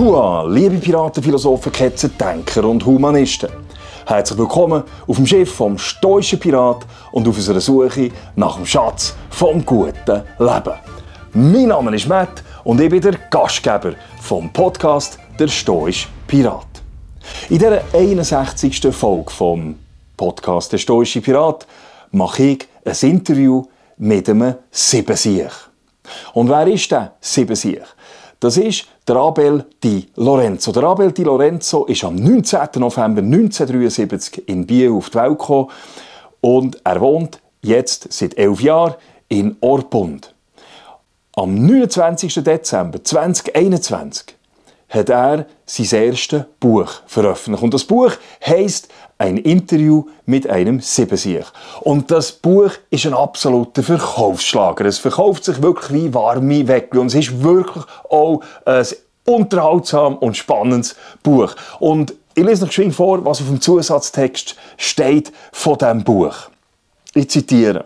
Hua, liebe Piraten, Philosophen, Ketzer, Denker und Humanisten. Herzlich willkommen auf dem Schiff vom stoischen Pirat und auf unserer Suche nach dem Schatz vom guten Leben. Mein Name ist Matt und ich bin der Gastgeber vom Podcast «Der stoische Pirat». In dieser 61. Folge vom Podcast «Der stoische Pirat» mache ich ein Interview mit einem Siebensieg. Und wer ist der Siebensieg? Das ist der Abel Di Lorenzo. Der Abel Di Lorenzo ist am 19. November 1973 in Biel auf die Welt gekommen und er wohnt jetzt seit 11 Jahren in Orpund. Am 29. Dezember 2021 hat er sein erstes Buch veröffentlicht. Und das Buch heisst «Ein Interview mit einem Siebensieg». Und das Buch ist ein absoluter Verkaufsschlager. Es verkauft sich wirklich wie warme Weckli. Und es ist wirklich auch ein unterhaltsam und spannendes Buch. Und ich lese noch geschwind vor, was auf dem Zusatztext steht von diesem Buch. Ich zitiere.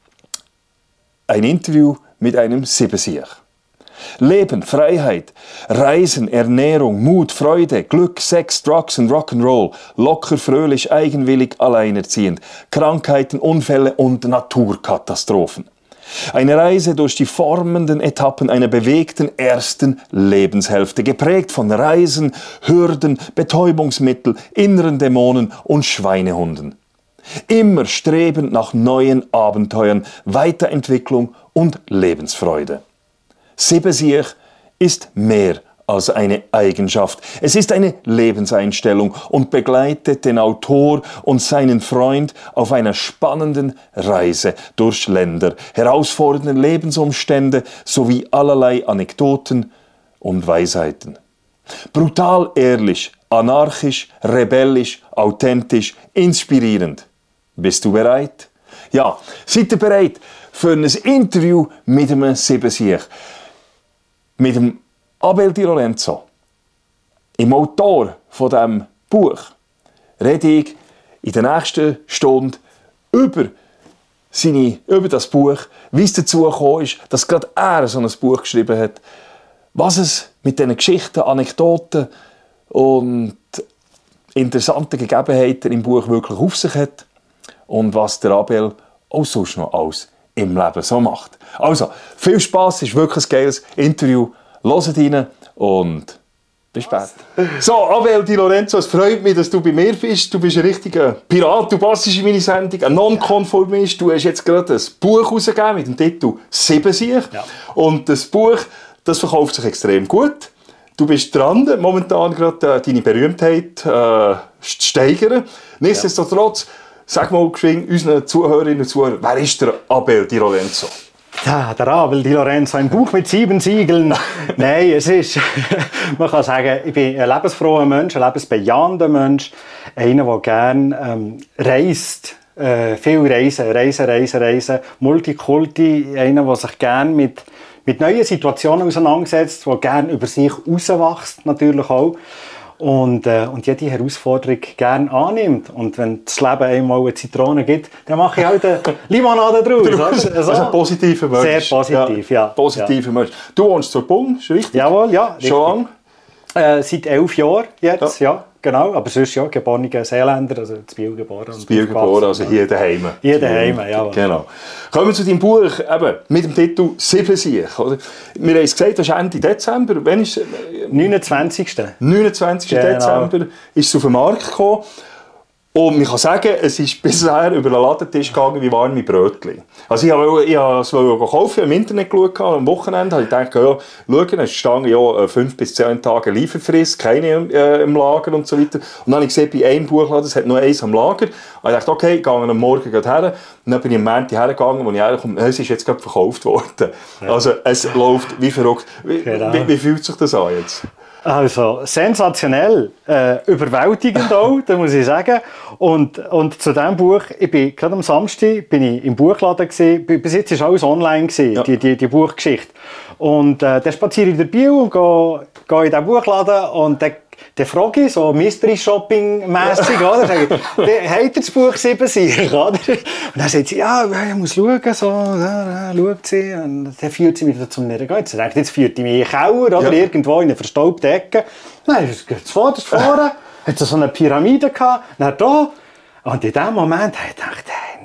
«Ein Interview mit einem Siebensieg». Leben, Freiheit, Reisen, Ernährung, Mut, Freude, Glück, Sex, Drugs und Rock'n'Roll, locker, fröhlich, eigenwillig, alleinerziehend, Krankheiten, Unfälle und Naturkatastrophen. Eine Reise durch die formenden Etappen einer bewegten ersten Lebenshälfte, geprägt von Reisen, Hürden, Betäubungsmittel, inneren Dämonen und Schweinehunden. Immer strebend nach neuen Abenteuern, Weiterentwicklung und Lebensfreude. Siebensieg ist mehr als eine Eigenschaft. Es ist eine Lebenseinstellung und begleitet den Autor und seinen Freund auf einer spannenden Reise durch Länder, herausfordernde Lebensumstände sowie allerlei Anekdoten und Weisheiten. Brutal ehrlich, anarchisch, rebellisch, authentisch, inspirierend. Bist du bereit? Ja, seid ihr bereit für ein Interview mit einem Siebensieg? Mit dem Abel Di Lorenzo, im Autor von diesem Buch, rede ich in der nächsten Stunde über das Buch, wie es dazu gekommen ist, dass gerade er so ein Buch geschrieben hat, was es mit diesen Geschichten, Anekdoten und interessanten Gegebenheiten im Buch wirklich auf sich hat und was der Abel auch sonst noch alles im Leben so macht. Also, viel Spass, es ist wirklich ein geiles Interview. Hört rein und bis später. So, Abel Di Lorenzo, es freut mich, dass du bei mir bist. Du bist ein richtiger Pirat, du passest in meine Sendung, ein Nonkonformist. Du hast jetzt gerade ein Buch herausgegeben mit dem Titel «Siebensieg». Ja. Und das Buch, das verkauft sich extrem gut. Du bist dran, momentan gerade deine Berühmtheit zu steigern. Nichtsdestotrotz, sag mal unseren Zuhörerinnen und Zuhörern, wer ist der Abel Di Lorenzo? Ja, der Abel Di Lorenzo, ein Buch mit 7 Siegeln. Nein, es ist, man kann sagen, ich bin ein lebensfroher Mensch, ein lebensbejahender Mensch, einer, der gerne reist, viel reisen, Multikulti, einer, der sich gerne mit neuen Situationen auseinandersetzt, der gerne über sich herauswächst, natürlich auch. Und jede Herausforderung gerne annimmt. Und wenn das Leben einmal eine Zitrone gibt, dann mache ich halt eine Limonade draus. Also ein positiver Mensch. Sehr positiv, ja. Positiver Mensch. Du wohnst zur Bund, ist richtig? Jawohl, ja. Schon lange? Seit 11 Jahren jetzt, ja. Genau. Aber sonst ja, geborene Seeländer, also in Biel geboren. In Biel geboren, also hier daheim. Hier daheim, ja. Genau. Kommen wir zu deinem Buch eben, mit dem Titel «Siebensieg». Wir haben es gesagt, das ist Ende Dezember. Wann ist es? 29. 29. Genau. Dezember ist es auf den Markt gekommen. Und man kann sagen, es ist bisher über den Ladentisch gegangen wie warme Brötchen. Also ich wollte es kaufen, im Internet geschaut, am Wochenende habe ich gedacht, ja, schauen, es stand ja 5 bis 10 Tage Lieferfrist, keine im Lager und so weiter. Und dann habe ich gesehen, bei einem Buchladen, es hat noch eins am Lager. Und ich dachte, okay, ich gehe am Morgen her. Und dann bin ich am Montag hergegangen, wo ich herkomme, es ist jetzt gerade verkauft worden. Ja. Also es läuft wie verrückt. Wie fühlt sich das an jetzt? Also sensationell, überwältigend auch, da muss ich sagen. Und zu diesem Buch, ich bin gerade am Samstag bin ich im Buchladen gewesen. Bis jetzt war alles online gewesen, ja. die Buchgeschichte. Und dann spaziere ich durch Biel und gehe in diesen Buchladen und dann dann frage ich, so Mystery-Shopping-mässig, oder? Sage ich, dann habt ihr das Buch 7 Sicher, oder? Und dann sagt sie, ja, ich muss schauen, so, ja, schaut sie, und dann führt sie mich wieder zum Regal. Jetzt führt sie mich in den Keller, oder irgendwo in eine verstaubte Ecke. Nein, das vorne, hat so eine Pyramide gehabt, dann da. Und in dem Moment habe ich gedacht,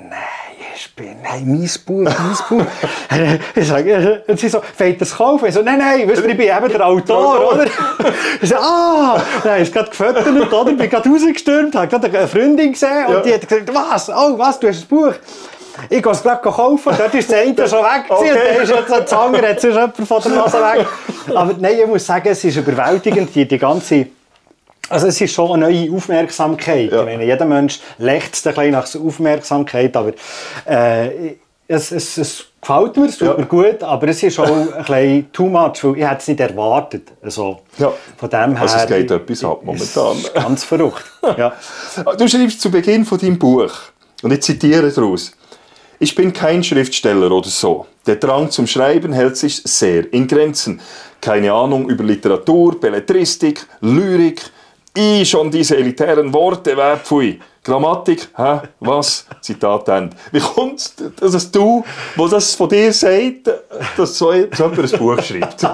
mein Buch. Ich sage, und sie so, wollt ihr es kaufen? Ich so, nein, weißt du, ich bin eben der Autor, oder? Ich so, dann ist gerade gefüttert, oder? Ich bin gerade rausgestürmt, habe gerade eine Freundin gesehen und die hat gesagt, was, du hast ein Buch. Ich gehe es gleich kaufen, dort ist das eine schon weg. Okay. Und dann ist jetzt das andere, jetzt ist jemand von der Nase weg. Aber nein, ich muss sagen, es ist überwältigend, die ganze... Also es ist schon eine neue Aufmerksamkeit. Ja. Ich meine, jeder Mensch lechzt ein bisschen nach Aufmerksamkeit, aber es gefällt mir, es tut mir gut, aber es ist auch ein bisschen too much, weil ich hätte es nicht erwartet. Also, von dem her, also es geht etwas ab momentan. Ist ganz verrückt. Ja. Du schreibst zu Beginn von deinem Buch, und ich zitiere daraus: Ich bin kein Schriftsteller oder so. Der Drang zum Schreiben hält sich sehr in Grenzen. Keine Ahnung über Literatur, Belletristik, Lyrik. Schon diese elitären Worte, pfui. Grammatik, was? Zitat Ende. Wie kommt es, dass du, wo das von dir sagt, dass so jemand ein Buch schreibt?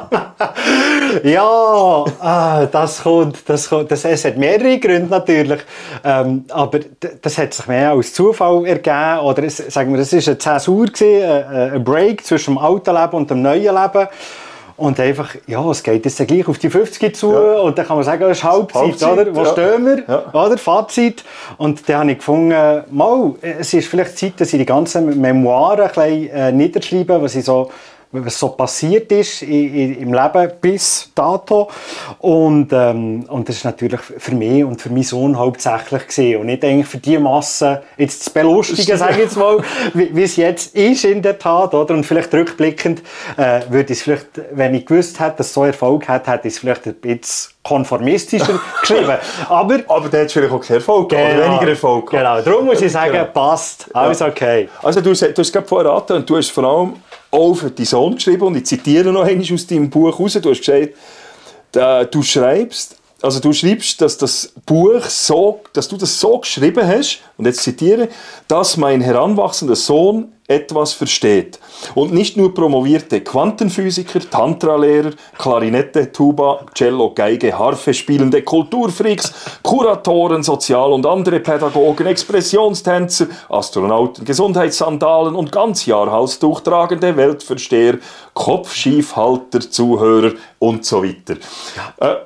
Ja, das hat mehrere Gründe natürlich. Aber das hat sich mehr als Zufall ergeben. Oder sagen wir, es war eine Zäsur, ein Break zwischen dem alten Leben und dem neuen Leben. Und einfach, es geht jetzt gleich auf die 50 zu und dann kann man sagen, das ist Halbzeit, oder? Wo stehen wir? Ja. Oder? Fazit. Und dann habe ich gefunden, es ist vielleicht Zeit, dass ich die ganzen Memoiren ein bisschen niederschreibe, was so passiert ist im Leben bis dato. Und das ist natürlich für mich und für meinen Sohn hauptsächlich gewesen. Und nicht eigentlich für die Masse jetzt zu belustigen, sage ich jetzt mal, wie es jetzt ist in der Tat. Oder? Und vielleicht rückblickend würde ich es vielleicht, wenn ich gewusst hätte, dass es so Erfolg hat, hätte ich es vielleicht ein bisschen konformistischer geschrieben. Aber der hat vielleicht auch keinen Erfolg oder weniger Erfolg. Genau, darum muss ich sagen, passt, alles okay. Also du hast gerade verraten und du hast vor allem auch für deinen Sohn geschrieben, und ich zitiere noch einmal aus deinem Buch raus. Du hast gesagt, du schreibst, dass das Buch dass du das so geschrieben hast, und jetzt zitiere, dass mein heranwachsender Sohn etwas versteht. Und nicht nur promovierte Quantenphysiker, Tantra-Lehrer, Klarinette, Tuba, Cello, Geige, Harfe spielende Kulturfreaks, Kuratoren, Sozial- und andere Pädagogen, Expressionstänzer, Astronauten, Gesundheitssandalen und Ganzjahrhalstuch tragende Weltversteher, Kopfschiefhalter, Zuhörer und so weiter. Ja.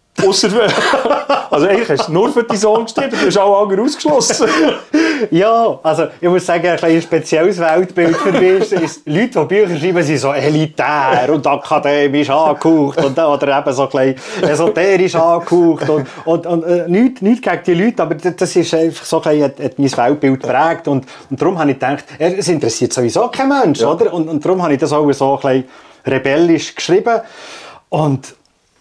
Also eigentlich hast du nur für deinen Sohn geschrieben, du hast auch andere ausgeschlossen. Ja, also ich muss sagen, ein spezielles Weltbild für mich ist, Leute, die Bücher schreiben, sind so elitär und akademisch angehaucht oder eben so ein bisschen esoterisch angehaucht und nichts gegen die Leute, aber das ist einfach so ein bisschen, hat mein Weltbild geprägt und darum habe ich gedacht, es interessiert sowieso kein Mensch, oder? Und darum habe ich das auch so ein bisschen rebellisch geschrieben und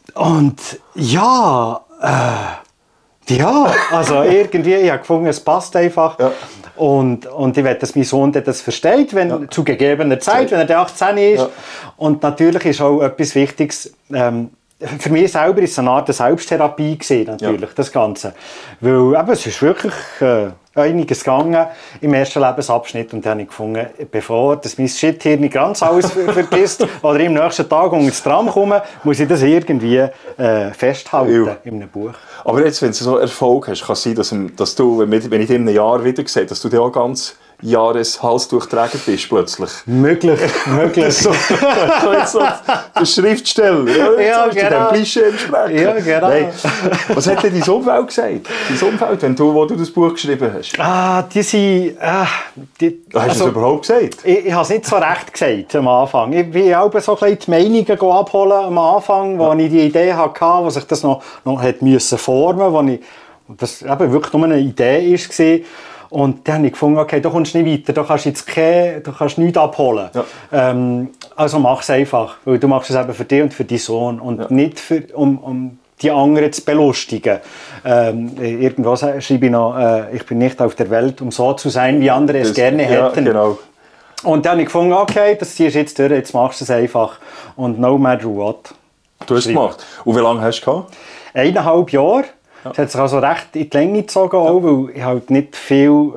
also irgendwie, ich habe gefunden, es passt einfach. Ja. Und ich will, dass mein Sohn das versteht, zu gegebener Zeit, wenn er 18 ist. Ja. Und natürlich ist auch etwas Wichtiges, für mich selber ist es eine Art Selbsttherapie gewesen, natürlich, das Ganze. Weil es ist wirklich einiges gegangen im ersten Lebensabschnitt und dann habe ich gefunden, bevor das mein Shit hier nicht ganz alles vergisst oder im nächsten Tag unter das Tram komme, muss ich das irgendwie festhalten in einem Buch. Aber jetzt, wenn du so Erfolg hast, kann es sein, dass du, wenn ich dich in einem Jahr wieder sehe, dass du dir auch ganz Jahreshalstuchträger bist plötzlich. Möglich. so der Schriftsteller, oder? Ja, genau. Dem Klischee entsprechen. Ja, genau. Nein. Was hat denn dein Umfeld gesagt? Dein Umfeld, wo du das Buch geschrieben hast? Die sind... Hast du es überhaupt gesagt? Ich habe es nicht so recht gesagt am Anfang. Ich bin auch so ein bisschen die Meinungen abholen am Anfang, wo ich die Idee hatte, wo sich das noch hat müssen formen, wo das eben wirklich nur eine Idee war. Und dann habe ich gefunden, okay, da kommst du nicht weiter, da kannst du nichts abholen. Ja. Also mach es einfach, weil du machst es eben für dich und für deinen Sohn und nicht um die anderen zu belustigen. Irgendwo schreibe ich noch, ich bin nicht auf der Welt, um so zu sein, wie andere es gerne hätten. Ja, genau. Und dann habe ich gefunden, okay, das ziehst du jetzt durch, jetzt machst du es einfach und no matter what. Du hast es gemacht. Und wie lange hast du gehabt? 1,5 Jahre. Ja. Das hat sich also recht in die Länge gezogen, auch, weil ich halt nicht viel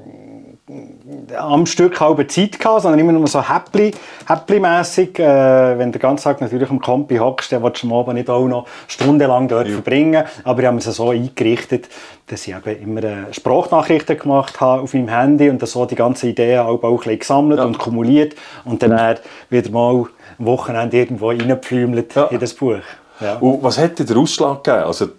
am Stück halbe Zeit hatte, sondern immer nur so häppli-mässig. Wenn du den ganzen Tag natürlich am Campi hockst, dann willst du am Abend nicht auch noch stundenlang dort verbringen. Aber ich habe es so eingerichtet, dass ich eben immer Sprachnachrichten gemacht habe auf meinem Handy und so die ganzen Ideen auch ein bisschen gesammelt und kumuliert und dann wieder mal am Wochenende irgendwo reingepflümelt in das Buch. Ja. Und was hat dir den Ausschlag gegeben? Also,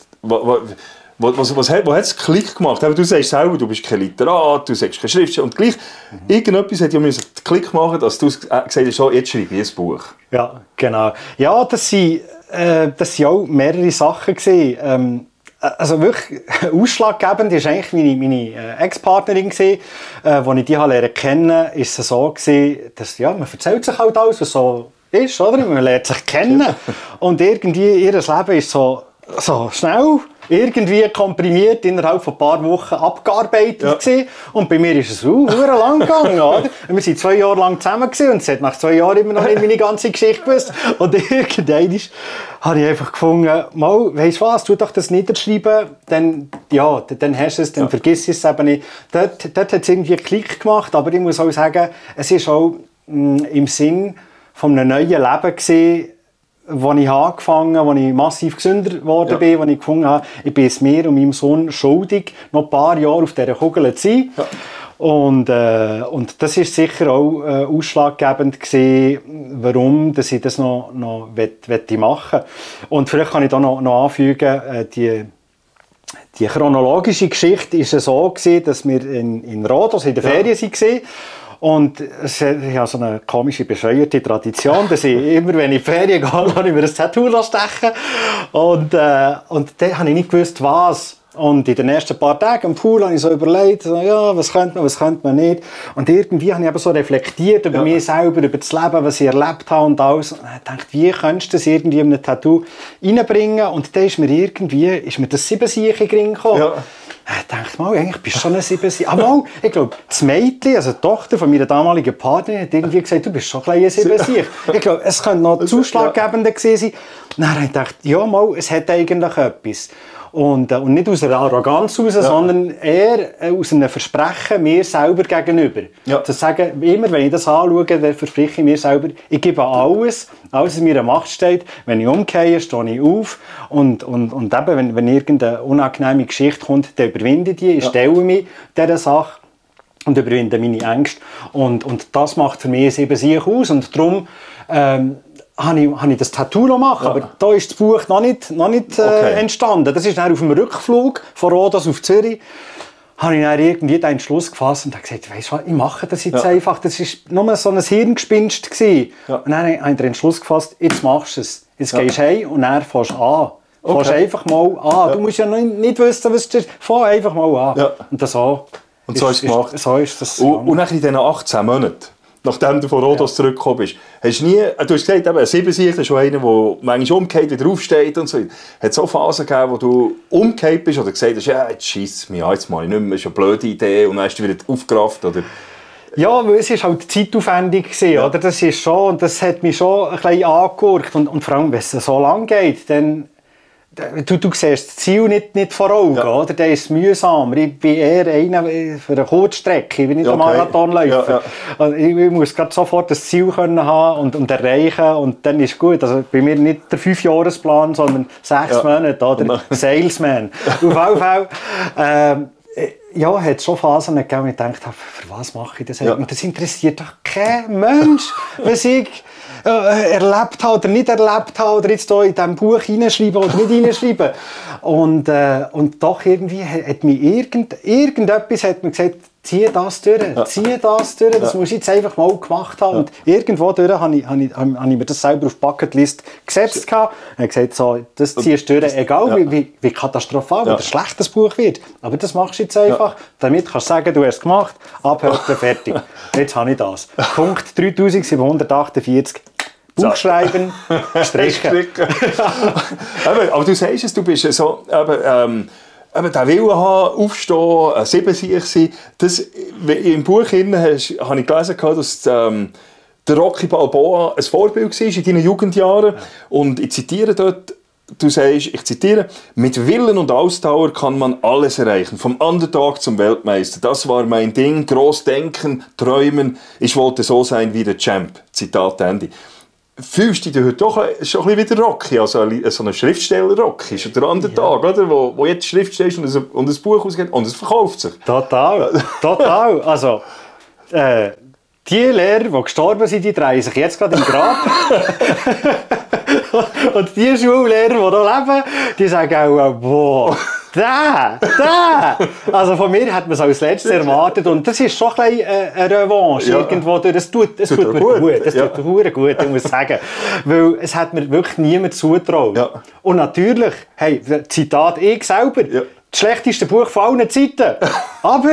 wo hat es Klick gemacht? Du sagst selber, du bist kein Literat, du sagst kein Schriftsteller und gleich irgendetwas hat ja einen Klick machen, dass du gesagt hast, so, jetzt schreibe ich ein Buch. Ja, genau. Ja, das waren auch mehrere Sachen gewesen. Also wirklich ausschlaggebend war eigentlich meine Ex-Partnerin gewesen. Als ich die lernen kenne, ist es so gewesen, dass man erzählt sich halt alles, was so ist, oder? Man lernt sich kennen und irgendwie ihr Leben ist so schnell, irgendwie komprimiert, innerhalb von ein paar Wochen abgearbeitet gewesen. Und bei mir ist es lang gegangen, oder? Wir waren 2 Jahre lang zusammen gewesen, und sie hat nach 2 Jahren immer noch nicht meine ganze Geschichte gewusst. Und irgendwann habe ich einfach gefunden, mal, weisst du was, tu doch das niederschreiben, dann hast du es, dann vergiss es eben nicht. Dort hat es irgendwie einen Klick gemacht, aber ich muss auch sagen, es ist auch im Sinn von einem neuen Leben gewesen, als ich angefangen habe, als ich massiv gesünder geworden bin, als ich gefunden habe, ich bin es mir und meinem Sohn schuldig, noch ein paar Jahre auf dieser Kugel zu sein. Ja. Und das war sicher auch ausschlaggebend gewesen, warum dass ich das noch machen möchte. Und vielleicht kann ich da noch anfügen, die chronologische Geschichte war so gewesen, dass wir in Rhodos in der Ferien waren. Und ich habe so eine komische, bescheuerte Tradition, dass ich immer, wenn ich in die Ferien gehe, habe ich mir ein Tattoo stechen. Und dann habe ich nicht gewusst, was. Und in den ersten paar Tagen am Pool habe ich so überlegt, was könnte man nicht. Und irgendwie habe ich eben so reflektiert über mich selber, über das Leben, was ich erlebt habe und alles. Und ich dachte, wie könntest du das irgendwie in ein Tattoo reinbringen? Und dann ist mir das Siebensiechen gekommen. Ja. Ich dachte, eigentlich bist du schon ein Siebensiechen. Ich glaube, das Mädchen, also die Tochter von meiner damaligen Partnerin, hat irgendwie gesagt, du bist schon ein Siebensiechen. Ich glaube, es könnte noch zuschlaggebender gewesen sein. Dann habe ich gedacht, es hat eigentlich etwas. Und nicht aus einer Arroganz heraus, sondern eher aus einem Versprechen mir selber gegenüber. Ja. Zu sagen, immer wenn ich das anschaue, dann verspreche ich mir selber, ich gebe alles in meiner Macht steht. Wenn ich umgehe, stehe ich auf. Und eben, wenn irgendeine unangenehme Geschichte kommt, dann überwinde ich die, ich stelle mich dieser Sache und überwinde meine Ängste. Und das macht für mich ein Siebensiechen aus. Und darum habe ich das Tattoo noch gemacht, aber da ist das Buch noch nicht entstanden. Das ist dann auf dem Rückflug von Rhodos auf Zürich. Habe ich dann irgendwie den Entschluss gefasst und habe gesagt, weisst du was, ich mache das jetzt einfach. Das war nur so ein Hirngespinst gewesen. Ja. Und dann habe ich den Entschluss gefasst, jetzt machst du es. Jetzt gehst du heim und dann fängst du an. Fängst einfach mal an. Ja. Du musst ja nicht wissen, was du fang einfach mal an. Ja. Und so hast du es gemacht. So ist das. Und nach in diesen 18 Monaten, nachdem du von Rhodos zurückgekommen bist, hast du hast gesagt, ein Siebensiechen ist schon einer, der manchmal umgeht, wieder aufsteht und so. Hat es so Phasen gegeben, wo du umgekehrt bist oder gesagt hast, jetzt scheisst es mich an, jetzt mache ich nicht mehr, das ist eine blöde Idee und dann hast du wieder aufgerafft, oder? Ja, weil es war halt zeitaufwendig gewesen, oder? Das ist schon, und das hat mich schon ein bisschen angehört. Und vor allem, wenn es so lang geht, dann du siehst das Ziel nicht vor Augen, oder? Das ist mühsam. Ich bin eher einer für eine Kurzstrecke, ich bin nicht ein Marathonläufer. Ja. Ich muss gerade sofort das Ziel haben und erreichen und dann ist gut. Also bei mir nicht der 5-Jahresplan, sondern 6 Monate, oder? Salesman. Auf jeden Fall, hat es schon Phasen gegeben, wo ich gedacht habe, für was mache ich das eigentlich? Und das interessiert doch kein Mensch, was ich erlebt habe oder nicht erlebt habe oder jetzt hier in diesem Buch hineinschreiben oder nicht hineinschreiben. Und doch irgendwie hat mir irgendetwas hat mir gesagt, zieh das durch, das musst du jetzt einfach mal gemacht haben. Ja. Und irgendwo durch habe ich mir das selber auf die Bucketlist gesetzt. Ich habe gesagt, so, das ziehst du durch, egal wie katastrophal oder schlecht das Buch wird. Aber das machst du jetzt einfach, damit kannst du sagen, du hast es gemacht, abhören, fertig. Jetzt habe ich das. Punkt 3748. Buch schreiben, strichen. Aber du sagst es, du bist so, der Wille haben, aufstehen, ein Siebensiechen sein. Im Buch habe ich gelesen, dass der Rocky Balboa ein Vorbild war in deinen Jugendjahren. Ja. Und ich zitiere dort, du sagst, ich zitiere, mit Willen und Ausdauer kann man alles erreichen. Vom Underdog zum Weltmeister. Das war mein Ding. Groß denken, träumen. Ich wollte so sein wie der Champ. Zitat Ende. Fühlst du dich heute doch schon ein bisschen wie der Rocky, also so ein Schriftsteller-Rocky, ist der Underdog, oder? Wo jetzt Schrift steht und ein Buch ausgeht und es verkauft sich. Total, total. Also, die Lehrer, die gestorben sind, die drehen sich jetzt gerade im Grab. Und die Schullehrer, die hier leben, die sagen auch, boah, der. Also von mir hat man es als letztes erwartet und das ist schon ein bisschen eine Revanche irgendwo. Das tut mir gut, das tut mir gut, ich muss sagen. Weil es hat mir wirklich niemand zugetraut. Ja. Und natürlich, hey, Zitat ich selber, das schlechteste Buch von allen Zeiten. Aber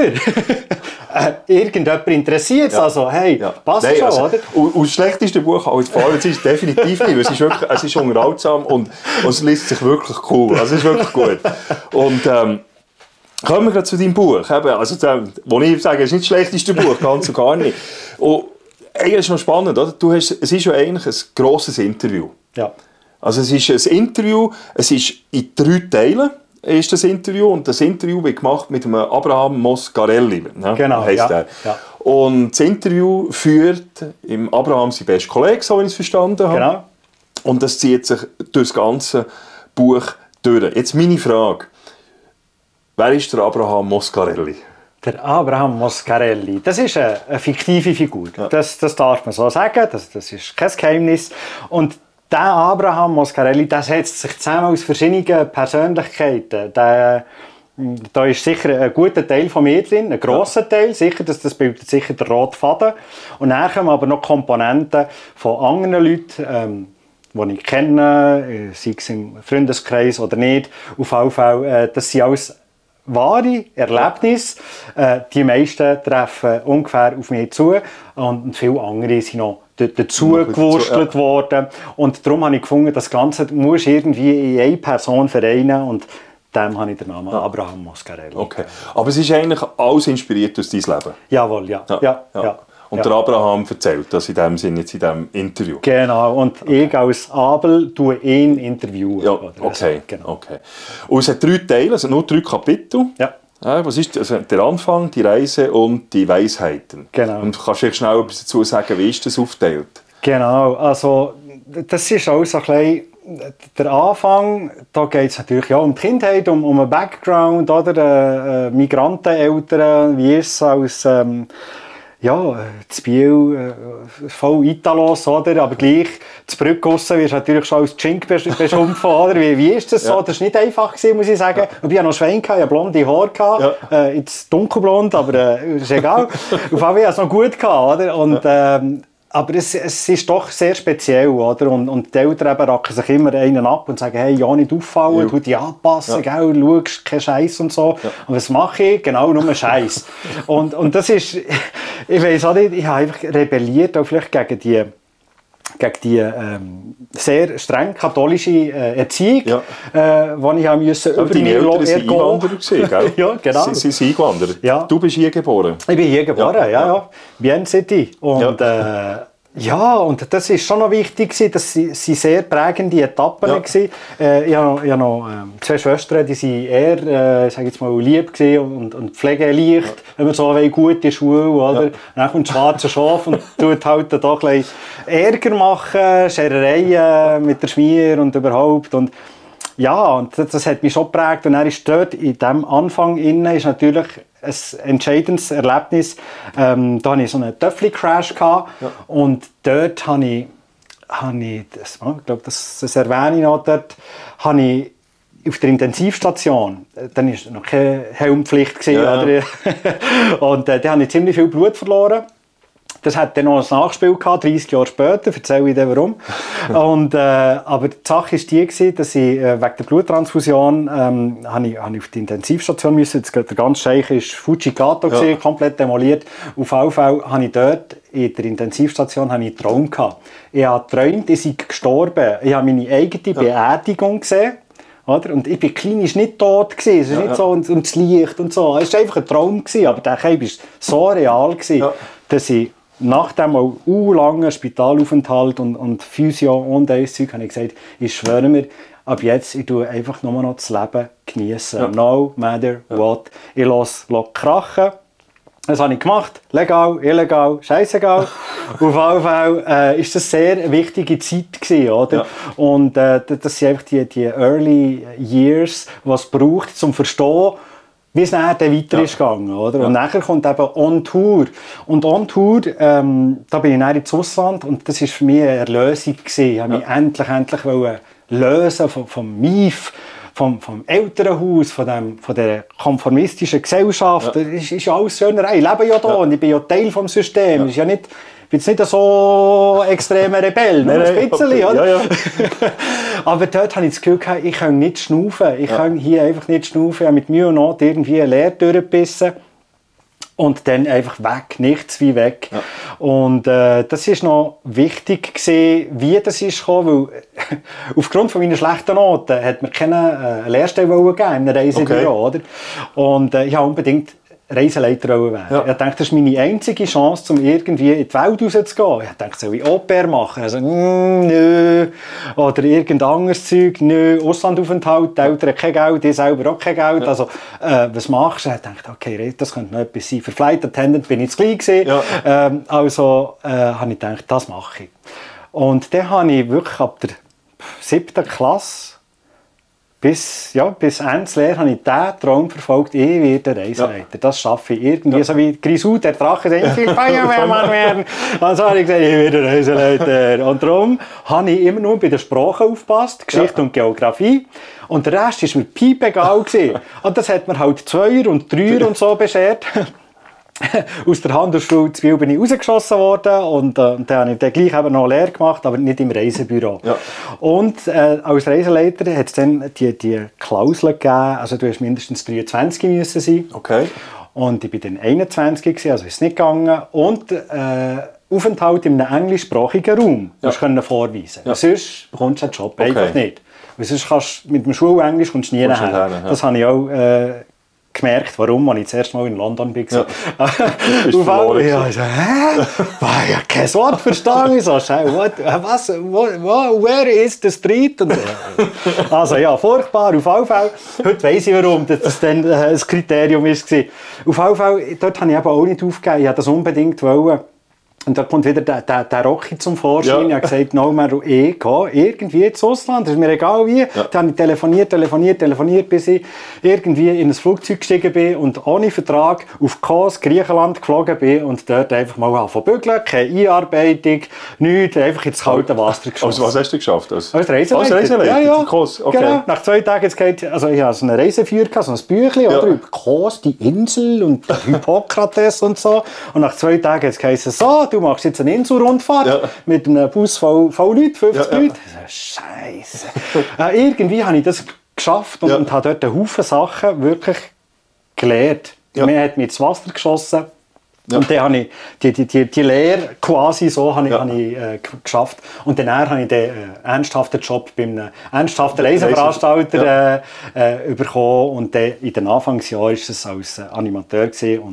irgendjemand interessiert es. Also, hey, passt schon, also, oder? Und das schlechteste Buch aller Zeiten ist definitiv nicht. Es ist unterhaltsam und es liest sich wirklich cool. Also, es ist wirklich gut. Und kommen wir gerade zu deinem Buch. Eben, also, wo ich sage, es ist nicht das schlechteste Buch, ganz und gar nicht. Und eigentlich ist es noch spannend, oder? Es ist ja eigentlich ein grosses Interview. Ja. Also, es ist ein Interview, es ist in 3 Teilen. Ist das Interview und das Interview wird gemacht mit einem Abraham Moscarelli, ne? Genau, heisst er. Ja. Und das Interview führt im Abraham sein bester Kollege, so wie ich es verstanden habe. Genau. Und das zieht sich durch das ganze Buch durch. Jetzt meine Frage: Wer ist der Abraham Moscarelli? Der Abraham Moscarelli, das ist eine fiktive Figur. Ja. Das darf man so sagen, das ist kein Geheimnis. Und der Abraham Moscarelli, der setzt sich zusammen aus verschiedenen Persönlichkeiten. Da ist sicher ein guter Teil von mir drin, ein grosser Teil, sicher, das bildet sicher der rote Faden. Und dann kommen aber noch Komponenten von anderen Leuten, die ich kenne, sei es im Freundeskreis oder nicht. Auf jeden Fall, das sind alles wahre Erlebnisse. Die meisten treffen ungefähr auf mich zu und viele andere sind noch dazu gewurstelt worden. Und darum habe ich gefunden, das Ganze muss irgendwie in eine Person vereinen und dem habe ich den Namen Abraham Moscarelli. Okay. Aber es ist eigentlich alles inspiriert aus deinem Leben? Jawohl, ja. Und der Abraham erzählt das in dem Sinne jetzt in diesem Interview? Genau, und ich als Abel tue ihn interviewen. Ja, okay. Und es hat 3 Teile, also nur 3 Kapitel. Ja. Was ist also der Anfang, die Reise und die Weisheiten? Genau. Und kannst du schnell etwas dazu sagen, wie ist das aufgeteilt? Genau, also das ist auch so ein bisschen der Anfang. Da geht es natürlich um die Kindheit, um einen Background, oder? Migranteneltern, wie ist es als das Biel voll Italos, oder? Aber gleich, zu Brückgussen wirst du natürlich schon als Chink beschimpft, oder? Wie ist das so? Das war nicht einfach gewesen, muss ich sagen. Ja. Und ich hatte noch Schwein, ich hatte blonde Haare, jetzt dunkelblond, aber ist egal. Auf jeden Fall hatte ich es noch gut gehabt, oder? Und, aber es ist doch sehr speziell, oder? Und die Eltern eben racken sich immer einen ab und sagen, hey, ja, nicht auffallen, tu dich anpassen, gell, schaust keinen Scheiß und so. Ja. Und was mache ich? Genau, nur Scheiß. und das ist, ich weiss auch nicht, ich habe einfach rebelliert, auch vielleicht gegen die sehr streng katholische Erziehung, die ich habe müssen über mich ergehen. Ja, genau. Sie sind eingewandert. Ja. Du bist hier geboren? Ich bin hier geboren, ja. Bien City. Und, und das war schon noch wichtig, das waren sehr prägende Etappen. Ich habe noch 2 Schwestern, die waren eher sage jetzt mal, lieb und pflegeleicht, wenn man so eine gute Schule, oder? Ja. Dann kommt das schwarze Schaf und tut halt doch ein bisschen Ärger machen, Scherereien mit der Schmier und überhaupt. Und das hat mich schon geprägt. Und dann ist dort in diesem Anfang ist natürlich ein entscheidendes Erlebnis. Da hatte ich so einen Töffli-Crash und dort habe ich ich glaube, das erwähne ich noch, dort habe ich auf der Intensivstation, dann war noch keine Helmpflicht, oder? Und da habe ich ziemlich viel Blut verloren. Das hat dann noch ein Nachspiel gehabt, 30 Jahre später, erzähle ich dir warum. Und, aber die Sache war die, dass ich wegen der Bluttransfusion habe ich auf die Intensivstation müssen. Der ganze Scheich war Fujikato, komplett demoliert. Auf jeden Fall habe ich dort in der Intensivstation einen Traum gehabt. Ich habe geträumt, ich sei gestorben. Ich habe meine eigene Beerdigung gesehen. Oder? Und ich war klinisch nicht tot. Es ist nicht so und das Licht und so. Es war einfach ein Traum, aber der Kaib war so real, dass ich nach dem auch langen Spitalaufenthalt und Physio und das Zeug, habe ich gesagt, ich schwöre mir, ab jetzt, ich tue einfach nur noch das Leben genießen. Ja. No matter what. Ich lasse krachen. Das habe ich gemacht. Legal, illegal, scheissegal. Auf jeden Fall war das eine sehr wichtige Zeit gewesen, oder? Ja. Und das sind einfach die Early Years, die es braucht, um zu verstehen, wie es nachher weiter ist gegangen, oder? Ja. Und nachher kommt eben On Tour. Und On Tour, da bin ich dann ins Ausland und das war für mich eine Erlösung gewesen. Ich wollte mich endlich lösen vom Mief, vom Elternhaus, von der konformistischen Gesellschaft. Ja. Das ist ja alles Schönerei. Ich lebe ja da und ich bin ja Teil des Systems. Ja. Ist ja nicht, ich bin jetzt nicht so extremer Rebell, nur ein bisschen, oder? Ja. Aber dort habe ich das Gefühl gehabt, ich kann nicht schnaufen. Ich kann hier einfach nicht schnaufen. Ich habe mit Mühe und Not irgendwie eine Lehre durchgebissen. Und dann einfach weg, nichts wie weg. Ja. Und das war noch wichtig gewesen, wie das ist gekommen, weil aufgrund von meiner schlechten Noten hat mir keine Lehrstelle geben in einem Reisebüro, oder? Und ich habe unbedingt Reiseleiter werden. Ja. Ich dachte, das ist meine einzige Chance, um irgendwie in die Welt rauszugehen. Ich dachte, soll ich Au-pair machen? Also, nö. Oder irgendein anderes Zeug, nö. Auslandaufenthalt, die Eltern kein Geld, ich selber auch kein Geld. Ja. Also, was machst du? Ich dachte, okay, das könnte noch etwas sein. Für Flight Attendant bin ich zu klein gewesen. Ja. Also, habe ich gedacht, das mache ich. Und dann habe ich wirklich ab der 7. Klasse bis Ende der Lehre habe ich diesen Traum verfolgt, ich werde Reiseleiter. Ja. Das schaffe ich irgendwie, so wie Grisou, der Drache, der will Feuerwehrmann werden. Und so habe ich gesagt, ich werde Reiseleiter. Und darum habe ich immer nur bei der Sprache aufgepasst, Geschichte und Geografie. Und der Rest war mir piepegal gewesen. Und das hat mir halt Zweier und Dreier und so beschert. Aus der Handelsschule Zwiel bin ich rausgeschossen worden und dann habe ich dann gleich eben noch Lehre gemacht, aber nicht im Reisebüro. Ja. Und als Reiseleiter hat es dann die Klausel gegeben, also du hast mindestens 23 müssen sein. Okay. Und ich war dann 21 gewesen, also ist es nicht gegangen. Und Aufenthalt in einem englischsprachigen Raum musst du vorweisen. Ja. Sonst bekommst du einen Job einfach nicht. Weil sonst kannst du mit dem Schulenglisch kommst du nie nachher. Ja. Das habe ich auch gemerkt, warum, als ich das erste Mal in London war. Ja. Ja, ich so, ich habe kein Wort verstanden. So, was? Where is the street? Und, also ja, furchtbar, auf jeden Fall. Heute weiss ich, warum das dann das Kriterium war. Auf jeden Fall, dort habe ich eben auch nicht aufgegeben. Ich wollte das unbedingt wollen. Und da kommt wieder der Rocky zum Vorschein. Ja. Ich habe gesagt, no, ich gehe irgendwie ins Ausland, das ist mir egal wie. Ja. Dann habe ich telefoniert, bis ich irgendwie in ein Flugzeug gestiegen bin und ohne Vertrag auf Kos, Griechenland geflogen bin und dort einfach mal von bügeln, keine Einarbeitung, nichts, einfach ins kalte Wasser geschossen. Also was hast du geschafft? Als Reiseleiter? Ja. Kos, okay. Genau. Nach 2 Tagen jetzt geht, also ich hatte so eine Reiseführer, so ein Büchlein, oder, über Kos, die Insel und Hippokrates und so. Und nach 2 Tagen jetzt heisst es so, du machst jetzt eine Inselrundfahrt mit einem Bus voll Leute, 50 Leute. Scheiße. Irgendwie habe ich das geschafft und habe dort einen Haufen Sachen wirklich gelernt. Ja. Mir hat mich ins Wasser geschossen. Ja. Und dann habe ich die Lehre quasi so habe ich geschafft. Und dann habe ich den ernsthaften Job bei einem ernsthaften Reiseveranstalter bekommen. Und dann in den Anfangsjahren war es als Animateur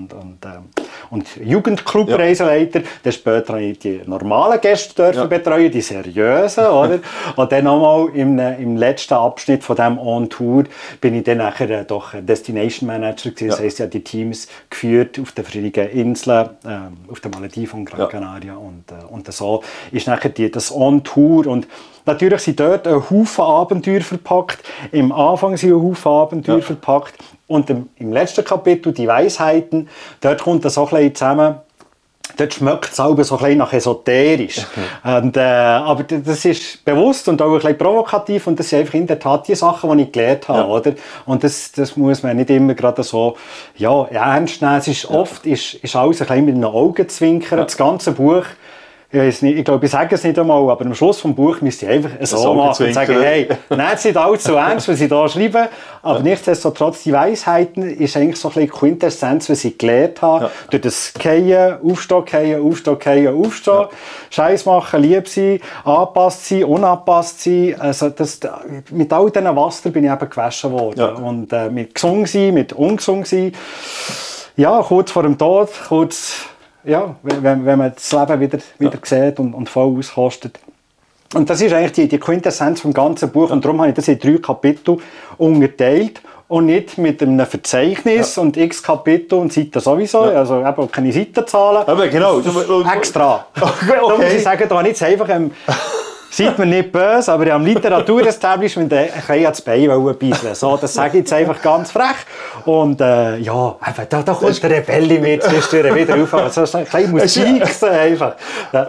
und Jugendclub-Reiseleiter. Dann später habe ich die normalen Gäste betreuen, die seriösen. Oder? Und dann nochmal im letzten Abschnitt von diesem On-Tour bin ich dann nachher doch Destination Manager gewesen. Das heisst, ich habe die Teams geführt auf den verschiedenen Inseln, auf den Malediven und Gran Canaria. Und so ist nachher das On-Tour. Und natürlich sind dort ein Haufen Abenteuer verpackt. Im Anfang sind ein Haufen Abenteuer verpackt. Und im letzten Kapitel, die Weisheiten, dort kommt das so ein bisschen zusammen. Dort schmeckt es auch so ein bisschen nach esoterisch. Okay. Und, aber das ist bewusst und auch ein bisschen provokativ. Und das sind einfach in der Tat die Sachen, die ich gelernt habe. Ja. Oder? Und das muss man nicht immer gerade so ernst nehmen. Es ist oft ist alles ein bisschen mit einem Augenzwinkern. Ja. Das ganze Buch, ich glaube, ich sage es nicht einmal, aber am Schluss des Buches müsst ihr einfach so machen und sagen, hey, nehmt es nicht allzu ernst, was sie da schreiben, aber nichtsdestotrotz, die Weisheiten ist eigentlich so ein bisschen Quintessenz, was ich gelernt habe, durch das Gehen, Aufstehen, Scheiß machen, lieb sein, angepasst sein, unangepasst sein, also mit all diesen Wasser bin ich eben gewaschen worden und mit gesund sein, mit ungesund sein, ja, kurz vor dem Tod, kurz ja, wenn man das Leben wieder sieht und voll auskostet. Und das ist eigentlich die Quintessenz vom ganzen Buch. Und darum habe ich das in 3 Kapitel unterteilt. Und nicht mit einem Verzeichnis und x Kapitel und Seiten sowieso. Ja. Also eben keine Seitenzahlen. Aber genau. Extra. Okay. Da muss ich sagen, da habe ich jetzt einfach... seid mir nicht böse, aber ich habe am Literaturestablishment ein bisschen ans Bein beißen. So, das sage ich jetzt einfach ganz frech. Und ja, eben, da kommt der Rebell in mir zwischendurch wieder auf. Also ein bisschen Musik einfach. Ja.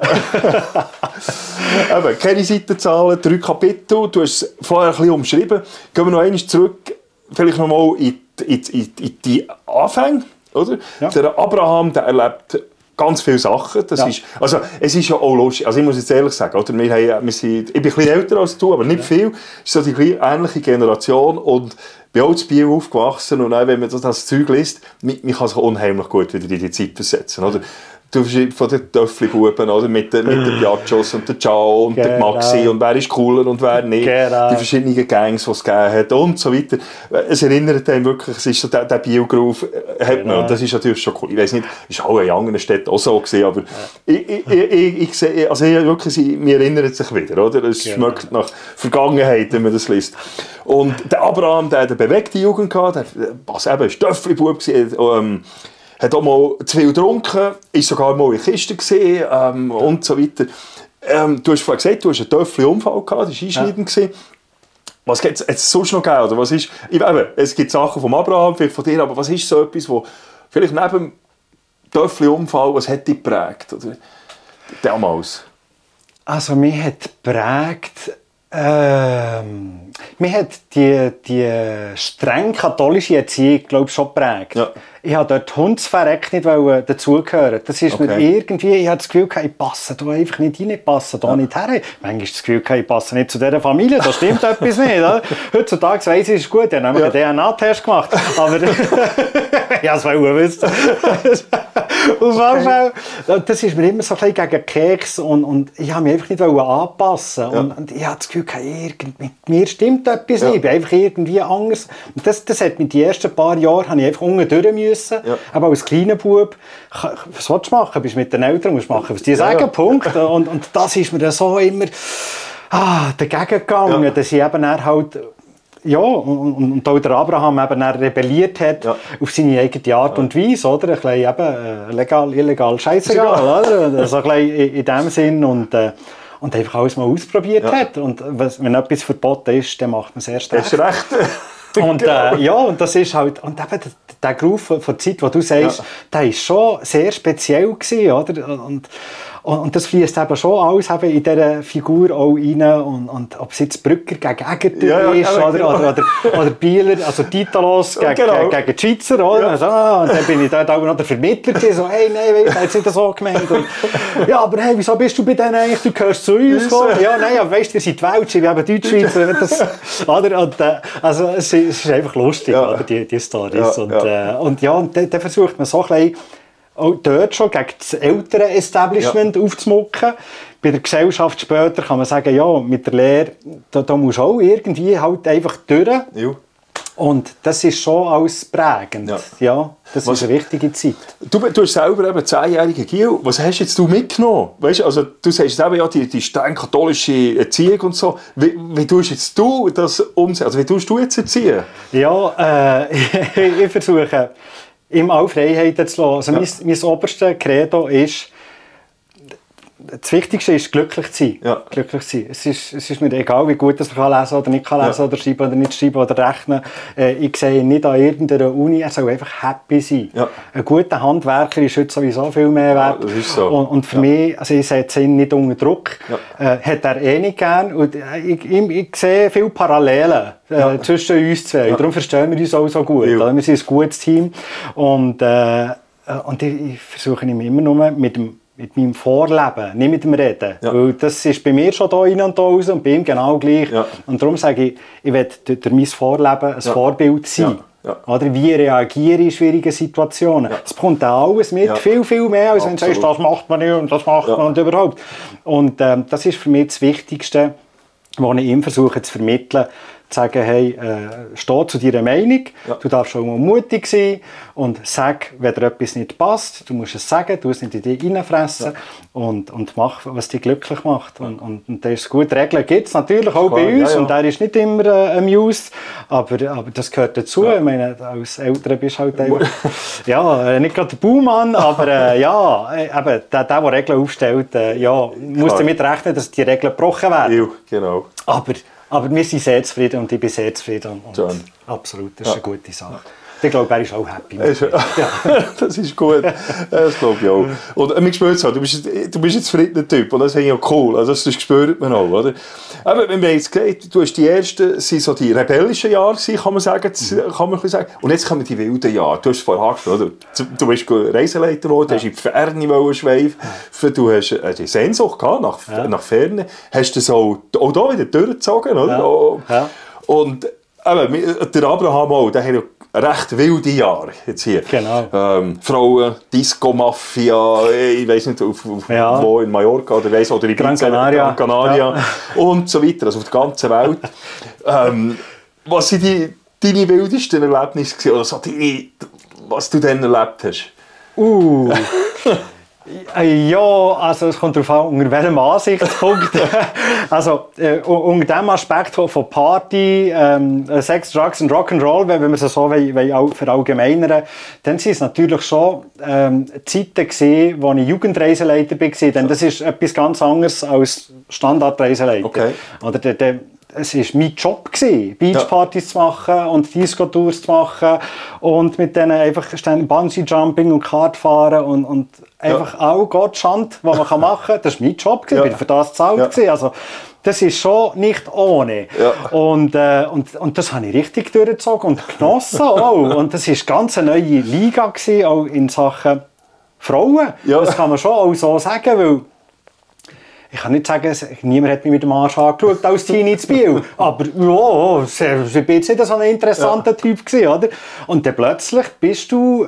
Eben, keine Seitenzahlen, 3 Kapitel. Du hast es vorher ein bisschen umschrieben. Gehen wir noch einmal zurück, vielleicht noch mal in die Anfänge. Oder? Ja. Der Abraham, der erlebt ganz viele Sachen. Das ist, also, es ist ja auch lustig. Also ich muss jetzt ehrlich sagen, oder? Ich bin ein bisschen älter als du, aber nicht viel. Es ist so die ähnliche Generation und bin auch in Biel aufgewachsen und auch wenn man das Zeug liest, man kann sich unheimlich gut wieder in die Zeit versetzen. Oder? Du von den Töffli-Buben, oder? Mit den Piaggios und der Ciao und der Maxi und wer ist cooler und wer nicht. Genau. Die verschiedenen Gangs, die es gegeben hat und so weiter. Es erinnert einem wirklich, es ist so der Biel-Groove, hat man, und das ist natürlich schon cool. Ich weiss nicht, es war auch in anderen Städten auch so gewesen, aber ich sehe, also wirklich, mir erinnert sich wieder, oder? Es schmeckt nach Vergangenheit, wenn man das liest. Und der Abraham, der hat eine bewegte Jugend gehabt, der war eben ein Töffli-Bub gewesen, hat auch mal zu viel getrunken, ist sogar mal in Kisten gesehen und so weiter. Du hast vorhin gesagt, du hast einen Töffli-Unfall gehabt, das war einschneidend. Ja. Was gibt es sonst noch gegeben? Oder was ist, es gibt Sachen vom Abraham, vielleicht von dir, aber was ist so etwas, wo vielleicht neben dem Töffli-Unfall, was hat dich geprägt? Oder damals? Also mich hat geprägt, mir hat die streng katholische Erziehung, glaube ich, schon geprägt. Ja. Ich habe dort hundsverreckt nicht dazugehören. Das ist mir irgendwie, ich habe das Gefühl, ich passe da einfach nicht rein, ich passe da nicht her. Manchmal ist das Gefühl, ich passe nicht zu dieser Familie, da stimmt etwas nicht. Oder? Heutzutage weiss ich, es ist gut, ich habe einen DNA-Test gemacht. Aber ja, das war wissen. Auf jeden Fall, das ist mir immer so ein bisschen gegen Keks und ich habe mich einfach nicht anpassen. Ja. Und ich habe das Gefühl, mit mir stimmt etwas nicht, ich bin einfach irgendwie anders. Und das hat mich die ersten paar Jahre habe ich einfach unten durch müssen. Ja. Aber als kleiner Bub, was willst du machen? Bist mit den Eltern, musst machen, was die sagen, Punkt. Und das ist mir dann so immer dagegen gegangen, dass ich eben dann halt... Ja, und auch der Abraham eben dann rebelliert hat auf seine eigene Art und Weise, oder? Ein bisschen eben legal, illegal, scheißegal, oder? Also ein bisschen in dem Sinn und einfach alles mal ausprobiert hat. Und wenn etwas verboten ist, dann macht man es erst recht. Und und das ist halt, und eben der Groove von der Zeit, wo du sagst, der war schon sehr speziell gewesen, oder? Und das fließt eben schon alles eben in dieser Figur auch rein. Und ob es jetzt Brügger gegen Egger ist oder Bieler, also Titalos gegen die Schweizer. Oder? Also, und dann bin ich dort auch noch der Vermittler gewesen, so, hey, nein, ich habe jetzt nicht so gemeint. Und, ja, aber hey, wieso bist du bei denen eigentlich? Du gehörst zu uns. Ja, nein, aber weißt du, wir sind Welschen, wir haben Deutschschweizer. Und also es ist einfach lustig, oder, die Storys. Und dann versucht man so ein bisschen, auch dort schon gegen das ältere Establishment aufzumucken. Bei der Gesellschaft später kann man sagen, ja, mit der Lehre, da musst du auch irgendwie halt einfach durch. Ja. Und das ist schon alles prägend. Ja, das ist eine wichtige Zeit. Du hast selber eben 10-jährige Gil. Was hast jetzt du mitgenommen? Weißt, also, du sagst eben ja die streng katholische Erziehung und so. Wie tust jetzt du das umsetzen? Also, wie tust du jetzt erziehen? Ja, ich versuche... ihm auch Freiheiten zu lassen. Also mein oberstes Credo ist, das Wichtigste ist, glücklich zu sein. Ja. Glücklich zu sein. Es ist mir egal, wie gut ich lesen oder nicht lesen oder schreiben oder nicht schreiben oder rechnen. Ich sehe ihn nicht an irgendeiner Uni, er soll einfach happy sein. Ja. Ein guter Handwerker ist heute sowieso viel mehr wert. Ja, das ist so. Und für mich, also ich setze ihn nicht unter Druck, hat er eh nicht gern. Und ich sehe viele Parallelen zwischen uns zwei. Darum verstehen wir uns auch so gut. Ja. Wir sind ein gutes Team. Und ich versuche ihn immer nur mit meinem Vorleben, nicht mit dem Reden. Ja. Weil das ist bei mir schon da rein und da raus und bei ihm genau gleich. Ja. Und darum sage ich will durch mein Vorleben ein Vorbild sein. Ja. Oder wie reagiere ich in schwierigen Situationen. Das bekommt auch alles mit, viel, viel mehr, als wenn du sagst, das macht man nicht und das macht man und überhaupt. Und das ist für mich das Wichtigste, was ich ihm versuche zu vermitteln, sagen, hey, steh zu deiner Meinung, du darfst auch mal mutig sein und sag, wenn dir etwas nicht passt, du musst es sagen, du musst es nicht in dich reinfressen und mach, was dich glücklich macht. Und das ist gut. Regeln gibt es natürlich auch bei uns und der ist nicht immer amused, aber das gehört dazu. Ich meine, als Eltern bist du halt einfach, nicht gerade der Baumann, aber eben, der Regeln aufstellt, muss damit rechnen, dass die Regeln gebrochen werden. Ja, genau. Aber wir sind sehr zufrieden und ich bin sehr zufrieden. Und absolut, das ist eine gute Sache. Ich glaube, er ist auch happy. Das ist gut. Das glaube ich auch. Und man spürt es auch, du bist ein zufriedener Typ und das ist ja cool. Also das spürt man auch. Oder? Aber wenn wir jetzt gesagt, du hast die ersten, sind so die rebellischen Jahre, kann man sagen. Und jetzt kommen die wilden Jahre. Du hast es vorher angesprochen. Du bist Reiseleiter geworden, du hast in die Ferne schweifen, du hast die Sehnsucht gehabt nach Ferne. Hast du das auch da wieder durchgezogen, oder? Ja. Und der Abraham auch, der hat recht wilde Jahre jetzt hier. Genau. Frauen, Disco-Mafia, ich weiss nicht, wo in Mallorca oder in Gran Canaria. Und so weiter, also auf der ganzen Welt. Was sind deine wildesten Erlebnisse gewesen, oder so was du dann erlebt hast? Also es kommt darauf an, unter welchem Ansichtspunkt. Also unter dem Aspekt von Party, Sex, Drugs und Rock'n'Roll, wenn wir es so verallgemeinern, dann sind es natürlich schon Zeiten gewesen, wo ich Jugendreiseleiter war, denn das ist etwas ganz anderes als Standardreiseleiter. Okay. Oder es war mein Job, Beachpartys zu machen und Disco-Tours zu machen und mit denen einfach Bungee-Jumping und Kartfahren und einfach auch Gottschand, was man machen kann. Das war mein Job, ich bin für das bezahlt. Also, das ist schon nicht ohne. Ja. Und das habe ich richtig durchgezogen und genossen auch. Und das war ganz eine neue Liga gewesen, auch in Sachen Frauen. Ja. Das kann man schon auch so sagen, weil ich kann nicht sagen, niemand hat mich mit dem Arsch angeschaut als Teenie zu Biel. Aber ich war jetzt nicht so ein interessanter Typ gewesen, oder? Und dann plötzlich bist du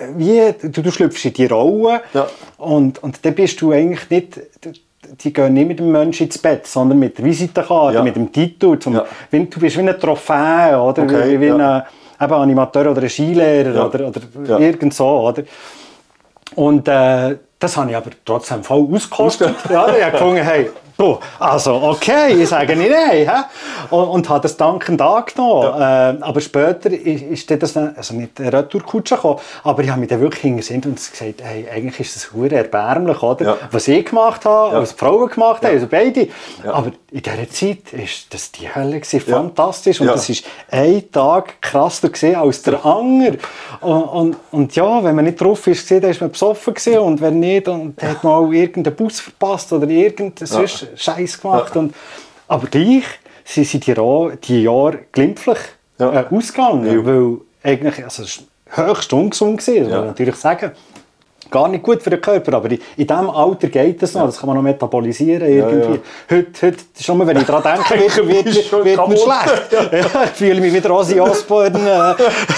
du schlüpfst in die Rolle und dann bist du eigentlich nicht, die gehen nicht mit dem Menschen ins Bett, sondern mit der Visitenkarte, mit dem Titel. Du bist wie ein Trophäe, oder? Okay, wie ein Animateur oder ein Skilehrer oder irgend so, oder? Und das habe ich aber trotzdem voll ausgekostet. Ich habe gefunden, hey, also okay, ich sage nicht nein. Und habe das dankend angenommen. Aber später ist das also nicht eine Retourkutsche gekommen, aber ich habe mich dann wirklich hingesinnt und gesagt, hey, eigentlich ist das verdammt erbärmlich, oder? Ja. Was ich gemacht habe, was die Frauen gemacht haben, also beide. Ja. Aber in dieser Zeit war das die Hölle, fantastisch. Und das war ein Tag krasser als der andere. Und wenn man nicht drauf ist, dann war man besoffen und wenn nicht, dann hat man auch irgendeinen Bus verpasst oder irgendeinen Scheiß gemacht. Aber gleich sind die Jahre glimpflich ausgegangen, weil eigentlich, also es war höchst ungesund gewesen, das muss man natürlich sagen. Gar nicht gut für den Körper, aber in diesem Alter geht es noch, das kann man noch metabolisieren irgendwie. Heute, schon mal, wenn ich daran denke, wird mir schlecht. Ich fühle mich wieder Ozzy Osbourne.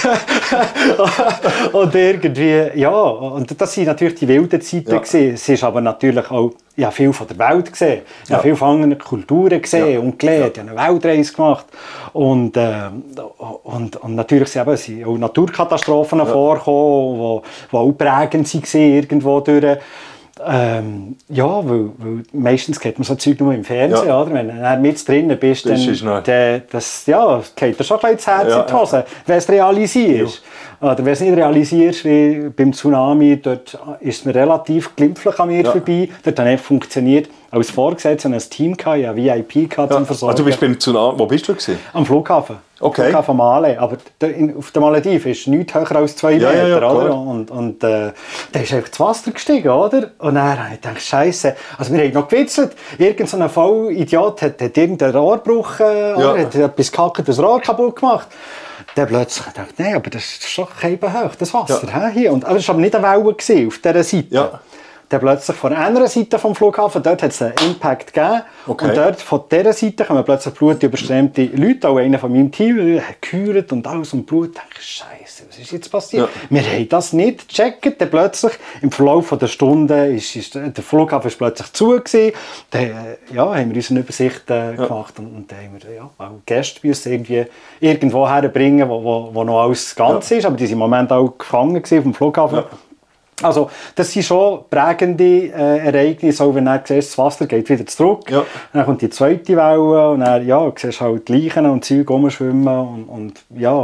Und irgendwie, und das waren natürlich die wilden Zeiten gewesen. Es ist aber natürlich auch, ich habe viel von der Welt gesehen, ich habe viel von anderen Kulturen gesehen und gelernt, ich habe eine Weltreise gemacht. Und natürlich sind auch Naturkatastrophen vorgekommen, die auch prägend waren irgendwo durch. Weil meistens kennt man so Zeug nur im Fernsehen, oder? Wenn du mit drinnen bist, dann geht das schon ein bisschen ins Herz in die Hose, wenn du es realisierst. Oder wenn du es nicht realisierst, wie beim Tsunami, dort ist es mir relativ glimpflich an mir vorbei. Dort hat es funktioniert. Als Vorgesetzter ein Team gehabt, ja, VIP zum Versorgen. Du bist beim Tsunami, wo bist du gewesen? Am Flughafen. Okay. Flughafen Male. Aber auf den Malediven ist nichts höher als 2 Meter, oder? Und da ist einfach das Wasser gestiegen, oder? Und dann habe ich gedacht, Scheiße. Also wir haben noch gewitzelt. Irgend so ein Vollidiot hat irgendein Rohr gebrochen, oder? Hat etwas gehackt, das Rohr kaputt gemacht. Dann plötzlich dachte ich, nein, aber das ist schon hoch, das Wasser hier. Aber es war aber nicht eine Welle auf dieser Seite. Ja. dann plötzlich von einer Seite vom Flughafen, dort hat es einen Impact gegeben. Okay. Und dort von dieser Seite kommen plötzlich blutüberströmte Leute, auch einer von meinem Team, hat gehört und alles und Blut. Ich dachte, Scheiße, was ist jetzt passiert? Ja. Wir haben das nicht gecheckt. Dann plötzlich im Verlauf der Stunde ist der Flughafen ist plötzlich zu gewesen. Dann haben wir uns eine Übersicht gemacht und dann haben wir auch Gäste irgendwie irgendwo herbringen, wo noch alles ganz ist. Aber die sind im Moment auch gefangen auf dem Flughafen. Ja. Also, das sind schon prägende Ereignisse, auch wenn du siehst, das Wasser geht wieder zurück. Ja. Dann kommt die zweite Welle und dann siehst du halt Leichen und Zeug rumschwimmen und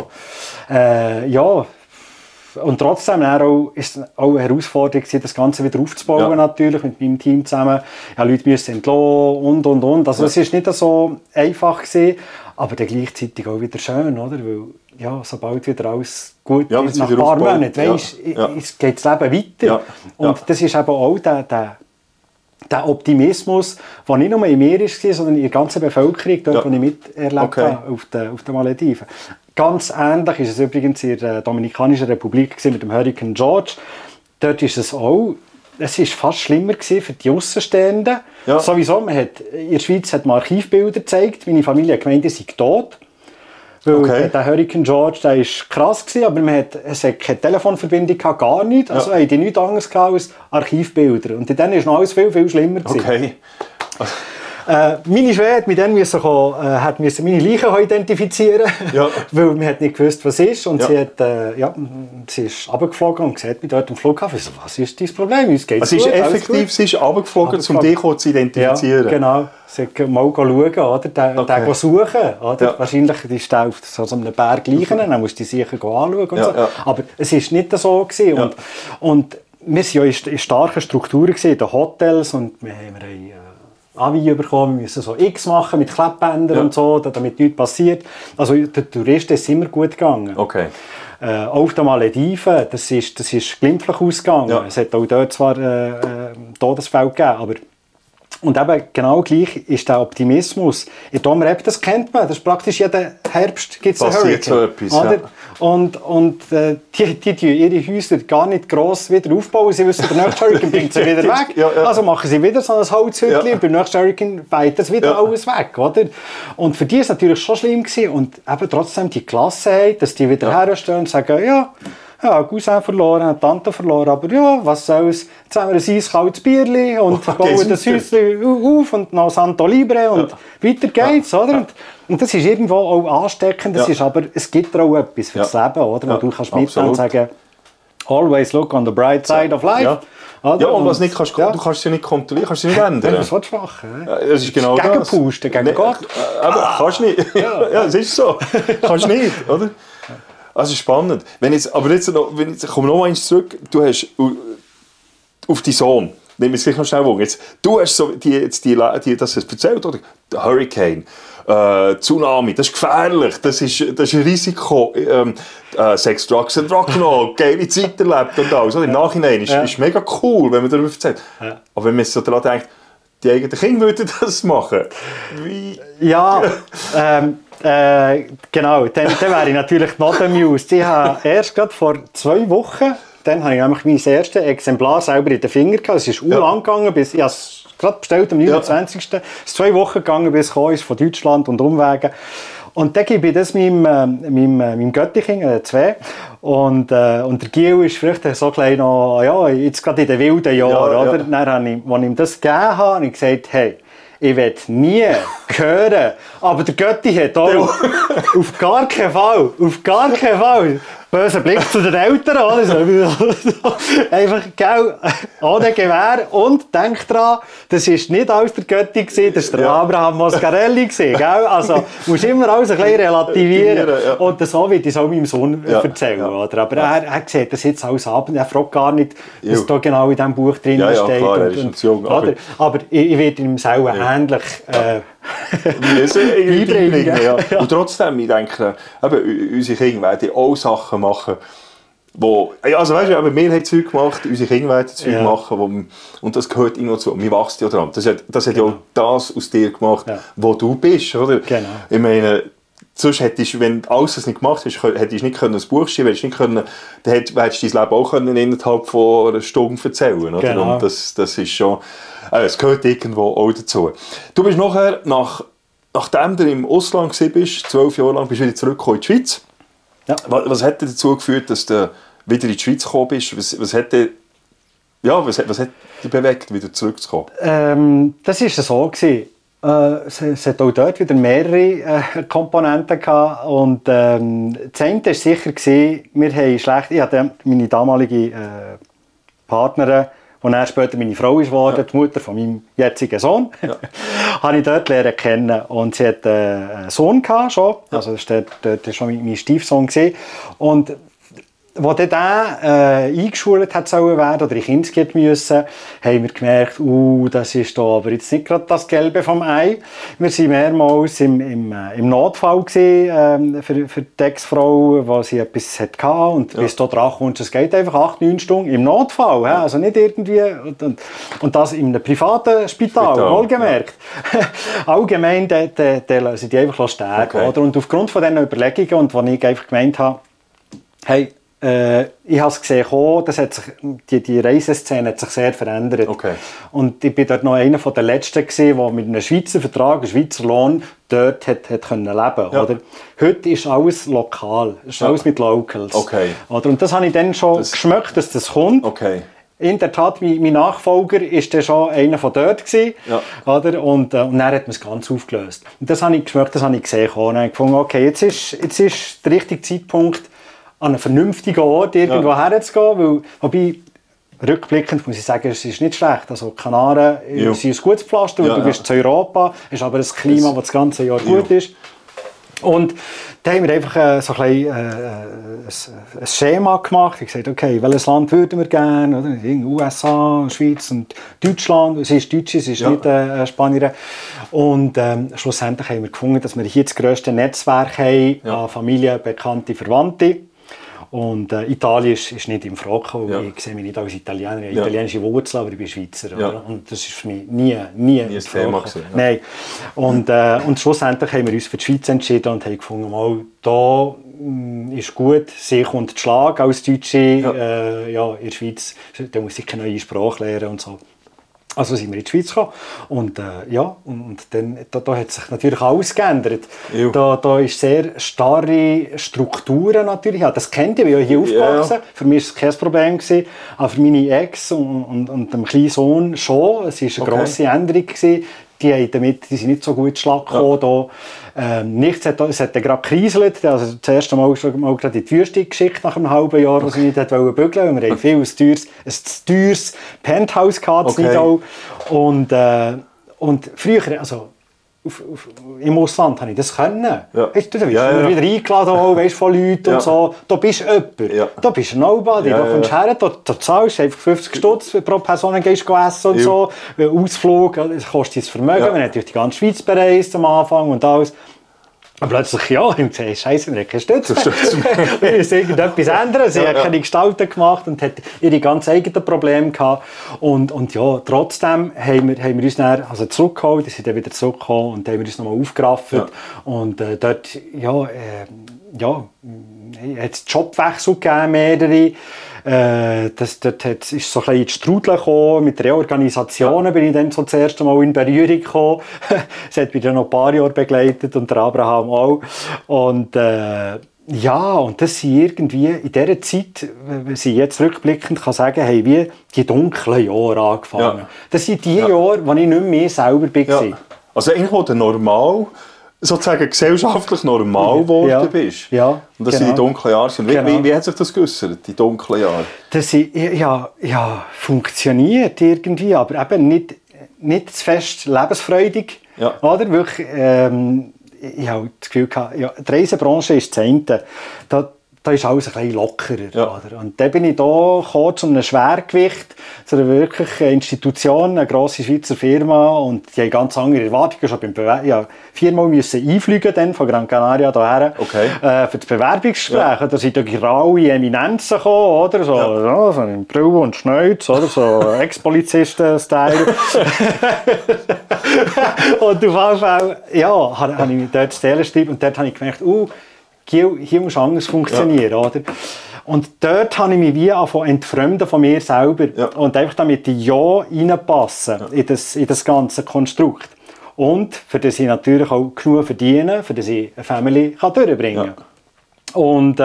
Und trotzdem war es auch eine Herausforderung, das Ganze wieder aufzubauen, natürlich, mit meinem Team zusammen. Ja, Leute müssen entlassen und. Also, es war nicht so einfach gewesen, aber dann gleichzeitig auch wieder schön, oder? Weil, sobald wieder alles gut ist, nach ein paar Monaten, geht das Leben weiter. Ja. Und das ist eben auch der Optimismus, der nicht nur in mir war, sondern in der ganzen Bevölkerung, dort, wo ich miterlebt habe, auf den Malediven. Ganz ähnlich ist es übrigens in der Dominikanischen Republik mit dem Hurricane George. Dort ist es auch. Es war fast schlimmer für die Aussenstehenden. Ja. Sowieso, in der Schweiz hat man Archivbilder gezeigt. Meine Familie hat gemeint, sie sei tot. Weil der Hurricane George, der war krass gewesen, aber es hatte keine Telefonverbindung, gar nichts. Also haben die nichts anderes als Archivbilder. Und dann war noch alles viel, viel schlimmer gewesen. Okay. Meine Schwester musste meine Leichen identifizieren, weil man nicht gewusst, was ist. Und sie ist runtergeflogen und sieht mich dort am Flughafen. So, was ist dein Problem? Uns geht's gut, ist effektiv, sie ist runtergeflogen, um dich zu identifizieren? Ja, genau. Sie hat mal schauen, oder? Den suchen. Oder? Ja. Wahrscheinlich ist der auf so einem Berg Leichen, dann musst du die sicher anschauen. Und so. Ja. Aber es war nicht so gewesen. Ja. Und wir waren ja in starken Strukturen in den Hotels und wir haben Avi bekommen, wir müssen so X machen mit Klebbändern und so, damit nichts passiert. Also der Touristen ist immer gut gegangen. Okay. Auf den Malediven, das ist glimpflich ausgegangen. Ja. Es hat auch dort zwar Todesfälle gegeben, aber und eben genau gleich ist der Optimismus. In Dom Rep, das kennt man, das ist praktisch jeden Herbst gibt es einen Hurricane. So etwas, oder? Ja. Und die ihre Häuser gar nicht gross wieder aufbauen. Sie wissen, der nächste Hurricane bringt sie wieder weg. Ja. Also machen sie wieder so ein Holzhütchen und beim nächsten Hurricane weht das wieder alles weg. Oder? Und für die war es natürlich schon schlimm gewesen. Und eben trotzdem die Gelassenheit, dass die wieder herstehen und sagen, Cousin verloren, Tante verloren, aber was soll's. Jetzt haben wir ein eiskaltes Bierchen und bauen das Häuschen auf und noch Santo Libre und weiter geht's, oder? Und das ist irgendwo auch ansteckend, aber es gibt auch etwas für das Leben, oder? Wo du kannst mitnehmen und sagen, always look on the bright side of life. Ja, und was nicht kannst, du kannst sie nicht kontrollieren, kannst sie nicht ändern. Das ist schwach. Das ist genau gegen das. Gegenpusten, gegen Gott. Aber kannst nicht. Ja, es ist so. Kannst nicht, oder? Also spannend. Wenn ich komme noch eins zurück, du hast auf deinen Sohn, nehmen wir es gleich noch schnell um. Du hast so das erzählt, oder? Der Hurricane, Tsunami, das ist gefährlich, das ist ein Risiko. Sex, Drugs and Rock'n'Roll, geile Zeit erlebt und alles. Im Nachhinein ist mega cool, wenn man darüber erzählt. Ja. Aber wenn man so daran denkt, die eigenen Kinder würden das machen. Wie? Ja, genau, dann wäre ich natürlich not amused. Ich habe erst gerade vor 2 Wochen, dann habe ich nämlich mein erstes Exemplar selber in den Finger gehabt. Es ist lang gegangen, bis ich es gerade bestellt am 29. Es ist 2 Wochen gegangen, bis es gekommen ist von Deutschland und Umwegen. Und dann gebe ich das meinem Göttichen, 2. Und der Gil ist vielleicht so klein noch, jetzt gerade in den wilden Jahren. Oder? Dann habe ich, als ich ihm das gegeben habe, habe ich gesagt, hey, ich will nie hören, aber der Götti hat auch auf gar keinen Fall, böser Blick zu den Eltern, oder? Einfach, ohne Gewehr und denk dran, das war nicht alles der Götti, das war der Abraham Moscarelli, gell? Also, du musst immer alles ein bisschen relativieren. Und so wird ich auch meinem Sohn erzählen, oder? Aber er sieht das jetzt alles ab und er fragt gar nicht, was da genau in diesem Buch drin steht. Klar, er ist ein Jung, aber ich werde ihm selber ähnlich beibringen. Und trotzdem, ich denke, unsere Kinder werden auch Sachen machen, wo, also weißt du, wir haben Zeug gemacht, unsere Kinder werden Zeug machen, und das gehört irgendwo zu, wir wachsen ja dran. Das hat ja auch das aus dir gemacht, wo du bist, oder? Genau. Ich meine, sonst hättest du, wenn du alles nicht gemacht hast, hättest du nicht ein Buch schreiben können, dann hättest du dein Leben auch innerhalb von einer Stunde erzählen können. Genau. Und das ist schon, es gehört irgendwo auch dazu. Du bist nachher, nachdem du im Ausland warst, 12 Jahre lang, bist du wieder zurückgekommen in die Schweiz. Ja. Was hat dazu geführt, dass du wieder in die Schweiz gekommen bist? Was hat dich bewegt, wieder zurückzukommen? Das war so. Es hat auch dort wieder mehrere Komponenten gehabt. Und das eine war sicher, wir haben schlecht. Ich hatte meine damalige Partnerin, die dann später meine Frau ist geworden, die Mutter von meinem jetzigen Sohn, habe ich dort lernen kennen. Und sie hatte einen Sohn gehabt, schon. Also das war dort schon mein Stiefsohn. Und als der eingeschult hat werden oder in Kindes müssen, haben wir gemerkt, das ist da aber jetzt nicht gerade das Gelbe vom Ei. Wir waren mehrmals im Notfall gewesen, für die Ex-Frau, wo sie etwas hatte. Und bis du dran kommst, es geht einfach 8-9 Stunden im Notfall. Ja. Also nicht irgendwie, und das in einem privaten Spital, wohlgemerkt. Ja. Allgemein, da lassen die einfach sterben. Okay. Oder? Und aufgrund von diesen Überlegungen, und wo ich einfach gemeint habe, hey, ich habe es gesehen, das hat sich, die Reiseszene hat sich sehr verändert. Okay. Und ich war dort noch einer der Letzten, der mit einem Schweizer Vertrag, einem Schweizer Lohn, dort hat leben konnte. Oder? Heute ist alles lokal, ist alles mit Locals. Okay. Oder? Und das habe ich dann schon geschmeckt, dass das kommt. Okay. In der Tat, mein Nachfolger war dann schon einer von dort. Oder? Und dann hat man es ganz aufgelöst. Und das habe ich geschmeckt, das habe ich gesehen. Und dann habe ich gefunden, okay, jetzt ist der richtige Zeitpunkt, an einen vernünftigen Ort irgendwo herzugehen. Wobei, rückblickend muss ich sagen, es ist nicht schlecht. Also Kanaren sind ein gutes Pflaster, weil du bist in Europa, ist aber ein Klima, das ganze Jahr gut ist. Und da haben wir einfach so ein Schema gemacht. Ich gesagt, okay, welches Land würden wir gerne? Oder? USA, Schweiz und Deutschland. Sie ist Deutsche, sie ist nicht Spanierin. Und schlussendlich haben wir gefunden, dass wir hier das grösste Netzwerk haben an Familie, Bekannte, Verwandte. Und Italien ist nicht in Frage gekommen. Ich sehe mich nicht als Italiener. Ich habe italienische Wurzeln, aber ich bin Schweizer. Oder? Und das ist für mich nie ein Thema gewesen. Nein. Und schlussendlich haben wir uns für die Schweiz entschieden und haben gefunden, mal, da ist gut, sie kommt zu Schlag als Deutsche. In der Schweiz, da muss ich keine neue Sprache lernen und so. Also sind wir in die Schweiz gekommen und und dann, da hat sich natürlich alles geändert. Da ist sehr starre Strukturen natürlich. Ja, das kennt ihr, ich bin ja hier aufgewachsen. Ja. Für mich war es kein Problem gewesen, aber für meine Ex und dem kleinen Sohn schon. Es war eine grosse Änderung gewesen. Die sind nicht so gut Schlag gekommen. Es hat gerade gekriselt. Also das erste Mal gerade in die Wüste geschickt nach einem halben Jahr, wo sie nicht bügeln wollten. Wir hatten ein teures Penthouse gehabt, und früher, also im Ausland konnte ich das können. Ja. Weißt du, da wirst du wieder eingeladen von Leuten und so. Da bist du jemand. Ja. Da bist du Nobody. Da kommst du her, da zahlst du einfach 50 Stutz pro Person, gehst du essen und so. Ausflug, das kostet das Vermögen. Wir haben natürlich die ganze Schweiz bereist am Anfang und alles. Und plötzlich, ich habe gesagt, Scheiße, wir haben keine Stütze mehr. Wir müssen irgendetwas ändern. Sie hat keine Gestalten gemacht und hat ihre ganz eigenen Probleme gehabt. Und trotzdem haben wir uns dann zurückgeholt, die sind dann wieder zurückgekommen und haben wir uns nochmal aufgerafft. Ja. Und dort, hat es Jobwechsel gegeben, mehrere. Dort ist so ein bisschen in die Strudel gekommen. Mit Reorganisationen bin ich dann so das erste Mal in Berührung gekommen. Es hat mich dann noch ein paar Jahre begleitet und der Abraham auch. Und und das sind irgendwie in dieser Zeit, wenn ich jetzt rückblickend kann sagen, haben wir die dunklen Jahre angefangen. Ja. Das sind die Jahre, wo ich nicht mehr selber war. Ja. Also eigentlich, wo du normal, sozusagen gesellschaftlich normal geworden bist. Ja, und das sind die dunklen Jahre. Wie hat sich das geäussert, die dunklen Jahre? Das funktioniert irgendwie, aber eben nicht zu fest lebensfreudig. Ja. Oder? Wirklich, ich habe das Gefühl gehabt, die Reisebranche ist das eine. Da ist alles ein bisschen lockerer. Ja. Oder? Und dann bin ich hier gekommen zu einem Schwergewicht, zu einer wirklichen Institution, eine grosse Schweizer Firma, und die haben ganz andere Erwartungen. Schon beim 4-mal müssen einfliegen dann von Gran Canaria hierher für das Bewerbungsgespräch. Da sind graue Eminenzen gekommen, oder? So in Brille und Schneuz, oder? So Ex-Polizisten-Style. Und auf jeden Fall, ja, habe ich mich dort Stellen geschrieben und dort habe ich gemerkt, hier muss anders funktionieren, oder? Und dort habe ich mich wie angefangen entfremden von mir selber und einfach damit ich reinpassen in das ganze Konstrukt. Und für das ich natürlich auch genug verdiene, für das ich eine Family durchbringen kann. Und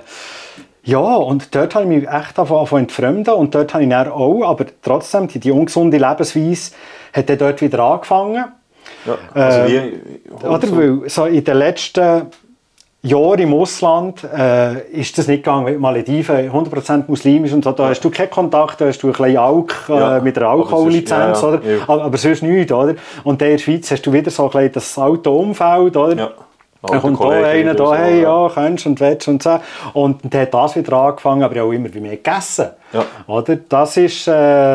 und dort habe ich mich echt angefangen entfremden und dort habe ich dann auch, aber trotzdem, die ungesunde Lebensweise hat dann dort wieder angefangen. Ja, also oder weil so in den letzten Jahren im Ausland ist das nicht gegangen, Malediven 100% muslimisch und so, da hast du keinen Kontakt, da hast du ein bisschen Alk mit einer Alkohollizenz, oder? Aber sonst nichts, oder? Und in der Schweiz hast du wieder so ein bisschen das alte Umfeld, oder? Ja. Dann kommt da einer, da, hey, ja, kannst und willst und so. Und dann hat das wieder angefangen, aber auch immer wie mehr gegessen. Ja. Oder? Das ist,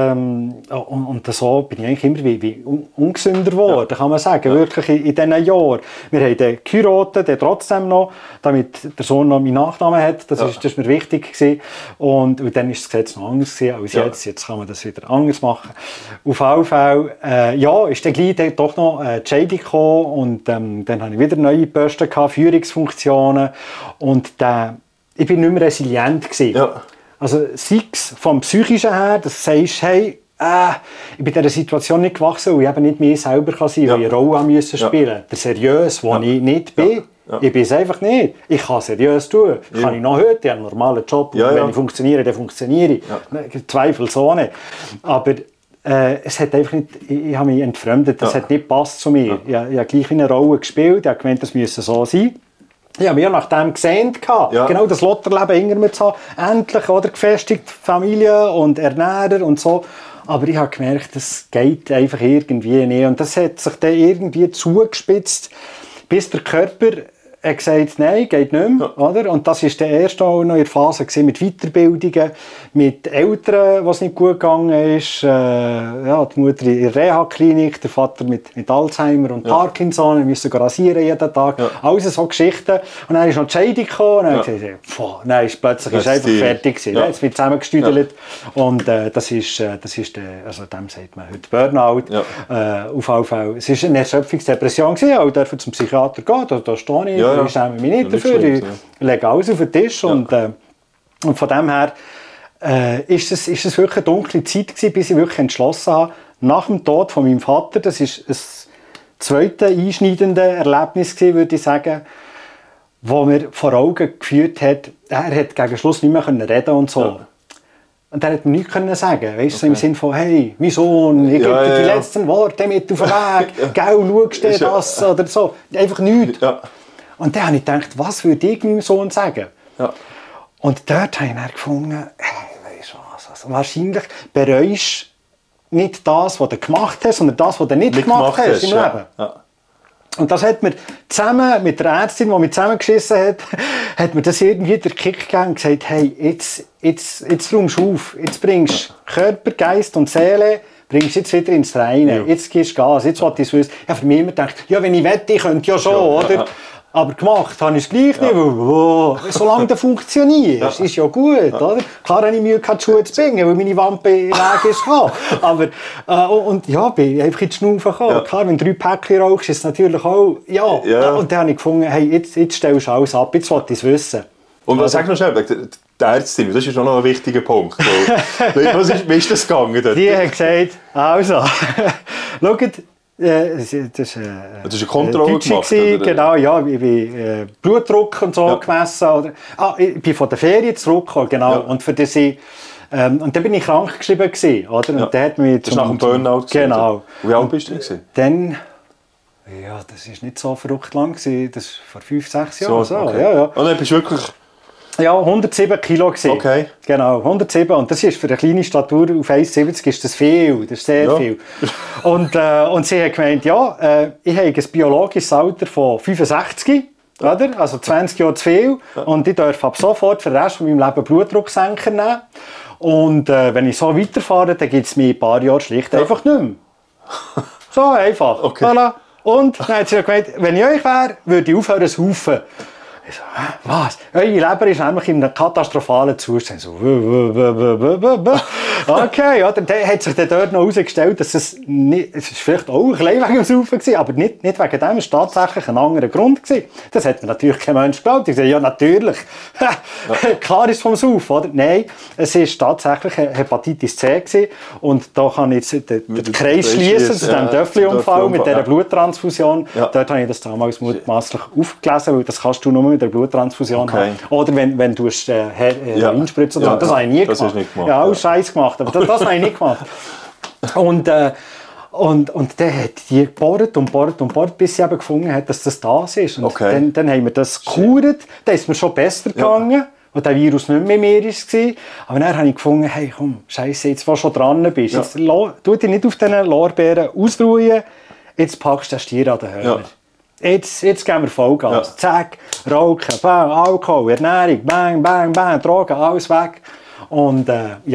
und so bin ich eigentlich immer wie ungesünder geworden, kann man sagen, wirklich in diesen Jahren. Wir haben den geheiratet, den trotzdem noch, damit der Sohn noch meinen Nachnamen hat, das ist mir wichtig gewesen. Und dann ist das Gesetz noch anders gewesen als jetzt kann man das wieder anders machen. Auf jeden Fall, ist dann gleich doch noch die Scheidung gekommen und dann habe ich wieder neue Posten gehabt, Führungsfunktionen und ich bin nicht mehr resilient gewesen. Ja. Also sei es vom Psychischen her, dass du sagst, hey, ich bin in dieser Situation nicht gewachsen, weil ich eben nicht mehr selber sein kann, weil ich eine Rolle spielen musste. Der seriös, wo ich nicht bin. Ja. Ich bin es einfach nicht. Ich kann seriös tun. Das kann ich noch heute, ich habe einen normalen Job. Und wenn ich funktioniere, dann funktioniere ich. Ja. Zweifel so nicht. Aber es hat einfach nicht, ich habe mich entfremdet, das hat nicht gepasst zu mir. Ich habe gleich eine Rolle gespielt, ich habe gemeint, das müsse so sein. Ich habe mir nach dem gesehnt, genau das Lotterleben hinter mir zu haben. Endlich, oder, gefestigt, Familie und Ernährer und so. Aber ich habe gemerkt, das geht einfach irgendwie nicht. Und das hat sich dann irgendwie zugespitzt, bis der Körper hat gesagt, nein, geht nicht mehr. Oder? Und das war dann erst auch noch in der Phase mit Weiterbildungen, mit Eltern, was nicht gut gegangen ist. Die Mutter in der Reha-Klinik, der Vater mit Alzheimer und Parkinson, wir müssen rasieren jeden Tag. Ja. Alles so Geschichten. Und dann ist noch die Scheidung gekommen. Und dann habe ich gesagt, nein, plötzlich ist einfach fertig gewesen. Ja. Jetzt wird zusammengestüdelt. Ja. Und das ist also dem sagt man heute Burnout. Ja. Auf jeden Fall. Es war eine Erschöpfungsdepression gewesen. Ich durfte zum Psychiater gehen, da stehe ich. Ich schäme mich nicht dafür, ich lege alles auf den Tisch und von dem her ist es wirklich eine dunkle Zeit gewesen, bis ich wirklich entschlossen habe, nach dem Tod von meinem Vater, das ist das zweite einschneidende Erlebnis gewesen, würde ich sagen, wo mir vor Augen geführt hat, er hat gegen Schluss nicht mehr reden und so. Ja. Und er hat mir nichts sagen, weißt du, so im Sinne von, hey, mein Sohn, ich gebe dir die letzten Worte mit auf den Weg, schaust du das oder so, einfach nichts. Ja. Und dann habe ich gedacht, was würde ich meinem Sohn sagen? Ja. Und dort habe ich dann gefunden, hey, weißt du was, also wahrscheinlich bereust du nicht das, was du gemacht hast, sondern das, was du nicht gemacht hast im Leben. Ja. Und das hat mir zusammen mit der Ärztin, die mich zusammengeschissen hat mir das irgendwie den Kick gegeben und gesagt, hey, jetzt räumst du auf, jetzt bringst du Körper, Geist und Seele, bringst jetzt wieder ins Reine, jetzt gibst du Gas, jetzt will ich es wissen. Ich habe für mich immer gedacht, ja, wenn ich wette, ich könnte ja schon, oder? Ja. Aber gemacht habe ich es gleich nicht, weil solange das funktioniert, ist ja gut, oder? Klar habe ich Mühe gehabt, die Schuhe zu bringen, weil meine Wampe im Weg ist. Aber, bin einfach in die Schnaufe gekommen. Ja. Klar, wenn 3 Päckchen rauchst, ist es natürlich auch, Und dann habe ich gefunden, hey, jetzt stellst du alles ab, jetzt will ich es wissen. Und was sagst du noch schnell, die Ärztin, das ist schon noch ein wichtiger Punkt. Wie ist das gegangen dort? Die hat gesagt, also, schaut, das ist eine Kontrolle gemacht, oder? Genau, ja, ich bin Blutdruck und so gemessen. Oder, ich bin von der Ferien zurückgekommen, genau. Ja. Und für das und dann bin ich krank geschrieben gewesen, oder? Und der hat mich das war nach dem Burnout. Genau. Wie alt bist du denn? Dann, das ist nicht so verrückt lang gewesen, das war vor 5, 6 Jahren. So, okay. Ja. Und dann bist du wirklich... Ja, 107 Kilo gewesen. Okay. Genau, 107. Und das ist für eine kleine Statur auf 1,70 ist das viel. Das ist sehr viel. Und sie hat gemeint, ich habe ein biologisches Alter von 65, oder? Also 20 Jahre zu viel. Ja. Und ich darf ab sofort für den Rest von meinem Leben Blutdrucksenker nehmen. Und wenn ich so weiterfahre, dann gibt es mir ein paar Jahre schlicht einfach nicht mehr. So einfach. Okay. Voilà. Und dann hat sie gemeint, wenn ich euch wäre, würde ich aufhören zu saufen. Ich so, was? Eure Leber ist nämlich in einem katastrophalen Zustand. So, okay, ja, dann hat sich dann dort noch herausgestellt, dass es nicht, es ist vielleicht auch ein bisschen wegen dem Saufen gewesen, aber nicht wegen dem, es war tatsächlich ein anderer Grund gewesen. Das hat mir natürlich kein Mensch geglaubt. Ich sage, ja, natürlich. Klar ist es vom Saufen, oder? Nein, es war tatsächlich eine Hepatitis C gewesen. Und da kann ich jetzt den Kreis schließen, zu diesem Döffli-Unfall mit dieser Bluttransfusion. Ja. Dort habe ich das damals mutmaßlich aufgelesen, weil das kannst du nur mit der Bluttransfusion haben. Oder wenn du Heroin spritzt oder so. Das habe ich nie gemacht. Nicht gemacht. Ja, auch Scheiß gemacht, aber das habe ich nicht gemacht. Und dann hat die gebohrt, bis sie eben gefunden hat, dass das ist. Und dann haben wir das gekauert, dann ist es mir schon besser gegangen. Und der Virus nicht mehr in mir war. Aber dann habe ich gefunden, hey komm, Scheiße, jetzt wo du schon dran bist, jetzt tu dich nicht auf diesen Lorbeeren ausruhen, jetzt packst du den Stier an den Hörner. Jetzt geben wir Vollgas. Zack, Rauchen, bang, Alkohol, Ernährung, bang, bang, bang, Drogen, alles weg. Und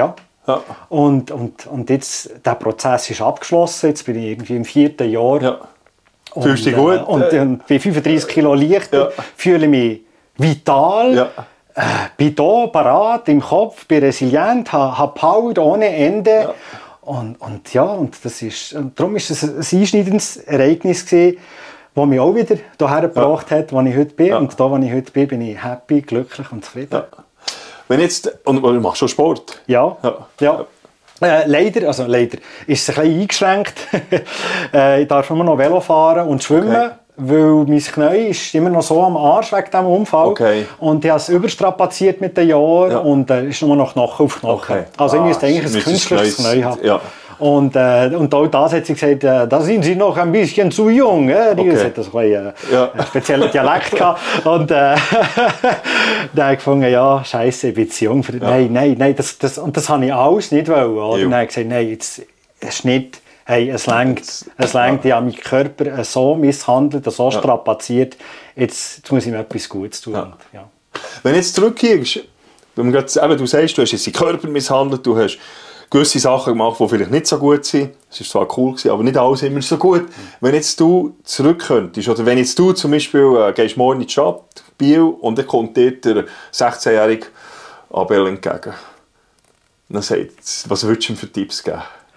Und jetzt, der Prozess ist abgeschlossen, jetzt bin ich irgendwie im 4. Jahr. Ja. Fühlst du dich gut? Und bin 35 Kilo leichter, fühle mich vital. Ja. Bin hier parat im Kopf, bin resilient, habe Power ohne Ende. Ja. Und darum war es ein einschneidendes Ereignis gewesen, das mich auch wieder hierher gebracht hat, wo ich heute bin. Ja. Und da, wo ich heute bin, bin ich happy, glücklich und zufrieden. Ja. Wenn jetzt, und du machst schon Sport? Ja. Leider ist es ein bisschen eingeschränkt. Ich darf immer noch Velo fahren und schwimmen. Weil mein Knie ist immer noch so am Arsch wegen diesem Unfall. Okay. Und ich habe es überstrapaziert mit den Jahren und ist nur noch Knochen auf Knochen. Okay. Also ich müsste eigentlich ein künstliches Knie haben. Ja. Und auch das hat sie gesagt, da sind Sie noch ein bisschen zu jung. Das hat so einen speziellen Dialekt gehabt. Und dann habe ich gefunden, ja, Scheiße, ich bin zu jung. Nein, das habe ich alles nicht wollen. Oder? Dann habe ich gesagt, nein, jetzt ist nicht... Hey, es reicht. Ich habe meinen Körper so misshandelt, so strapaziert. Jetzt muss ich mir etwas Gutes tun. Ja. Ja. Wenn du jetzt zurückgehst, du sagst, du hast jetzt deinen Körper misshandelt, du hast gewisse Sachen gemacht, die vielleicht nicht so gut sind. Es war zwar cool, aber nicht alles immer so gut. Wenn jetzt du zurück könntest, oder wenn jetzt du zum Beispiel gehst morgen in die Stadt, Biel, und dann kommt dort der 16-jährige Abel entgegen. Dann sagt, was würdest du ihm für Tipps geben?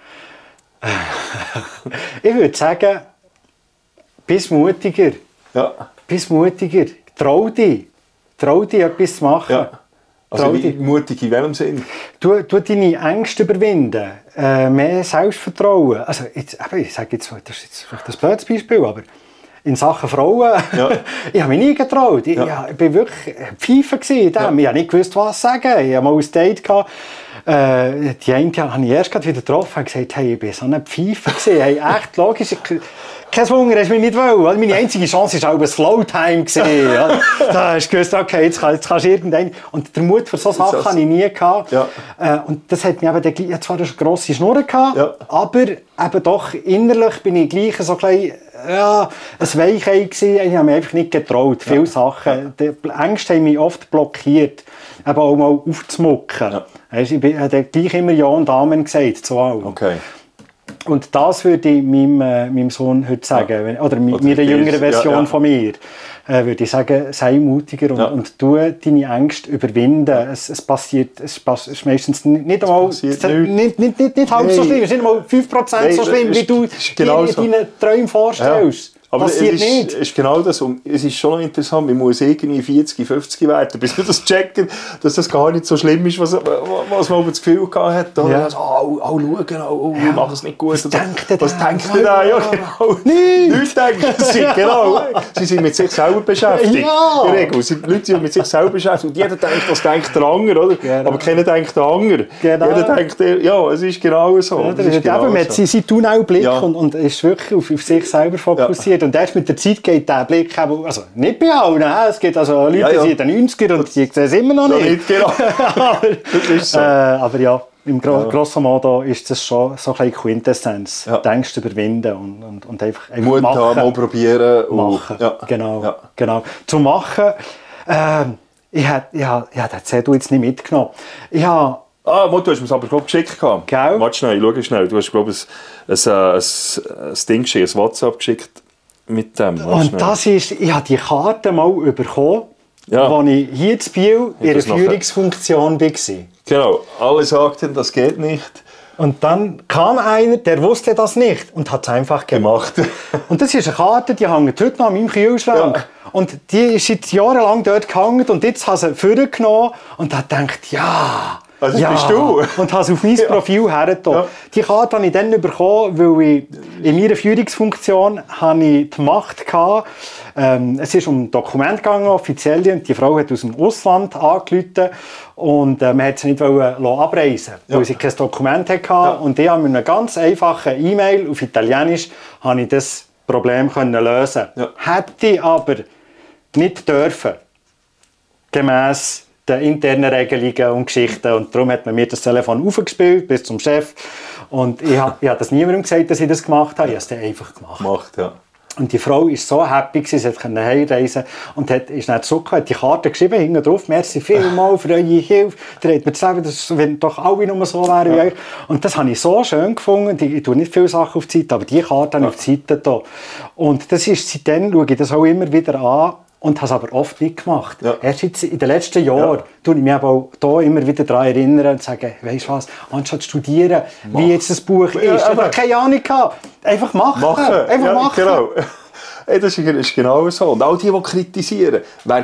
Ich würde sagen, bist mutiger. Ja. Bist mutiger. Trau dich, etwas zu machen. Ja. Also mutig in welchem Sinn? Du deine Ängste überwinden, mehr Selbstvertrauen. Also ich sage jetzt, das ist jetzt vielleicht ein blödes Beispiel, aber in Sachen Frauen, ich habe mich nie getraut. Ich war wirklich pfeifen in dem. Ich habe nicht gewusst, was sagen. Ich hatte mal ein Date gehabt. Die eine habe ich erst wieder getroffen und gesagt, hey, ich war so eine Pfeife. Hey, echt logisch. Kein Wunder, hast du mich nicht wollen. Meine einzige Chance war auch ein Slowtime. Da hast du gewusst, okay, jetzt kannst du irgendeinen. Und der Mut für solche Sachen hatte ich nie gehabt. Ja. Und das hat mich eben, jetzt zwar eine grosse Schnurr gehabt, aber eben doch innerlich bin ich gleich so ein Weichei gewesen. Ich habe mich einfach nicht getraut. Viele Sachen. Die Ängste haben mich oft blockiert, eben auch mal aufzumucken. Ja. Ich habe gleich immer Ja und Amen gesagt zu allem. Okay. Und das würde ich meinem Sohn heute sagen, oder meiner jüngeren Version von mir, würde ich sagen, sei mutiger und tu deine Ängste überwinden. Es ist meistens nicht einmal nicht halb so schlimm, es ist nicht einmal 5% so schlimm, wie du dir deine Träume vorstellst. Ja. Aber es ist genau das. Und es ist schon noch interessant, man muss irgendwie 40, 50 werden, bis man das checken, dass das gar nicht so schlimm ist, was man das Gefühl gehabt hat. Ja. Schauen, wir machen es nicht gut. Was denkt ihr da? Ja, genau. Nichts denken sie, genau. Sie sind mit sich selber beschäftigt. Ja. In der Regel sind Leute, die mit sich selber beschäftigt. Und jeder denkt, was denkt der andere, oder? Genau. Aber keiner denkt der andere. Genau. Jeder denkt, ja, es ist genau so. Ja, sie tun auch Blick und ist wirklich auf sich selber fokussiert. Und erst mit der Zeit geht der Blick, also nicht bei allen, es gibt also Leute, die sind in den 90er und die sehen es immer noch nicht. Genau. aber ja, im grosso modo ist das schon so eine Quintessenz. Ja. Ängste überwinden und einfach Mut machen. Haben, mal probieren. Machen. Ja. Genau. Zu machen, ich habe den Zettel jetzt nicht mitgenommen. Du hast mir es aber geschickt. Warte schnell, schau schnell. Du hast, glaube ich, ein Ding geschickt, ein WhatsApp geschickt mit dem. Und das ist, ich habe die Karte mal bekommen als ich hier in Biel in einer Führungsfunktion war. Genau, alle sagten, das geht nicht. Und dann kam einer, der wusste das nicht und hat es einfach gemacht. Und das ist eine Karte, die hängt heute noch an meinem Kühlschrank. Ja. Und die ist seit jahrelang dort gehangen und jetzt habe ich sie vorgenommen und habe gedacht, ja... Also das bist du. Und habe es auf mein Profil hergetan. Ja. Die Karte habe ich dann bekommen, weil ich in meiner Führungsfunktion habe ich die Macht hatte. Es ist um ein Dokument gegangen, offiziell, und die Frau hat aus dem Ausland angerufen und man wollte sie nicht abreisen, weil sie kein Dokument hatte. Ja. Und ich habe mit einer ganz einfachen E-Mail auf Italienisch habe ich das Problem lösen. Ja. Hätte ich aber nicht dürfen, gemäss den internen Regelungen und Geschichten. Und darum hat man mir das Telefon aufgespielt bis zum Chef. Und ich habe das niemandem gesagt, dass ich das gemacht habe. Ich habe es dann einfach gemacht. Ja. Und die Frau war so happy, sie konnte heimreisen und ist dann zurückgekommen, hat die Karte geschrieben, hinten drauf, merci vielmals für eure Hilfe. Ihr habt mir gesagt, dass wenn doch alle nur so wären wie euch. Und das habe ich so schön gefunden. Ich tue nicht viele Sachen auf die Seite, aber die Karte habe ich auf die Seite da. Und das ist, seitdem schaue ich das auch immer wieder an. Und habe es aber oft nicht gemacht. Ja. Erst jetzt in den letzten Jahren tue ich mich aber auch hier immer wieder daran erinnern und sage, weisst du was, anstatt zu studieren, wie jetzt das Buch ist, ich habe keine Ahnung gehabt. Einfach machen. Einfach machen. Genau. Das ist genau so. Und auch die kritisieren, wer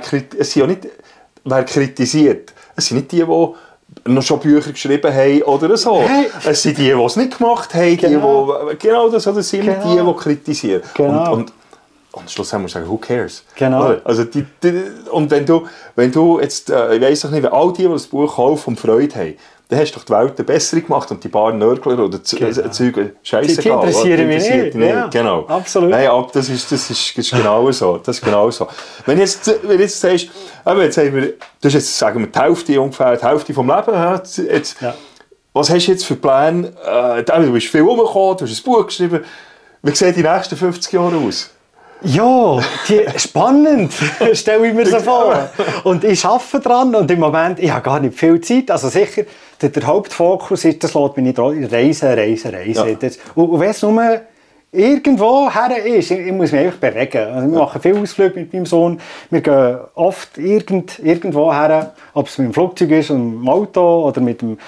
kritisiert, es sind nicht die noch schon Bücher geschrieben haben oder so. Hey. Es sind die es nicht gemacht haben, genau das sind die kritisieren. Genau. Und schlussendlich musst du sagen, who cares? Genau. Also und wenn du jetzt, ich weiss doch nicht, wenn all die das Buch kaufen und Freude haben, dann hast du doch die Welt eine bessere gemacht und die paar Nörgler oder Zeug, scheißegal. Die interessieren mich nicht. Ja, genau. Absolut. Nein, das ist genau so. Das ist genau so. Wenn du jetzt sagst, jetzt haben wir, das ist jetzt, sagen wir, ungefähr die Hälfte vom Leben. Jetzt, was hast du jetzt für Pläne? Du bist viel rumgekommen, du hast ein Buch geschrieben. Wie sehen die nächsten 50 Jahre aus? Ja, spannend, stelle ich mir so vor. Und ich arbeite dran und im Moment, ich habe gar nicht viel Zeit. Also sicher, der Hauptfokus ist, das lässt mich nicht reisen. Ja. Und wenn es nur irgendwo her ist, ich muss mich einfach bewegen. Also wir machen viele Ausflüge mit meinem Sohn. Wir gehen oft irgendwo her, ob es mit dem Flugzeug ist, mit dem Auto oder mit dem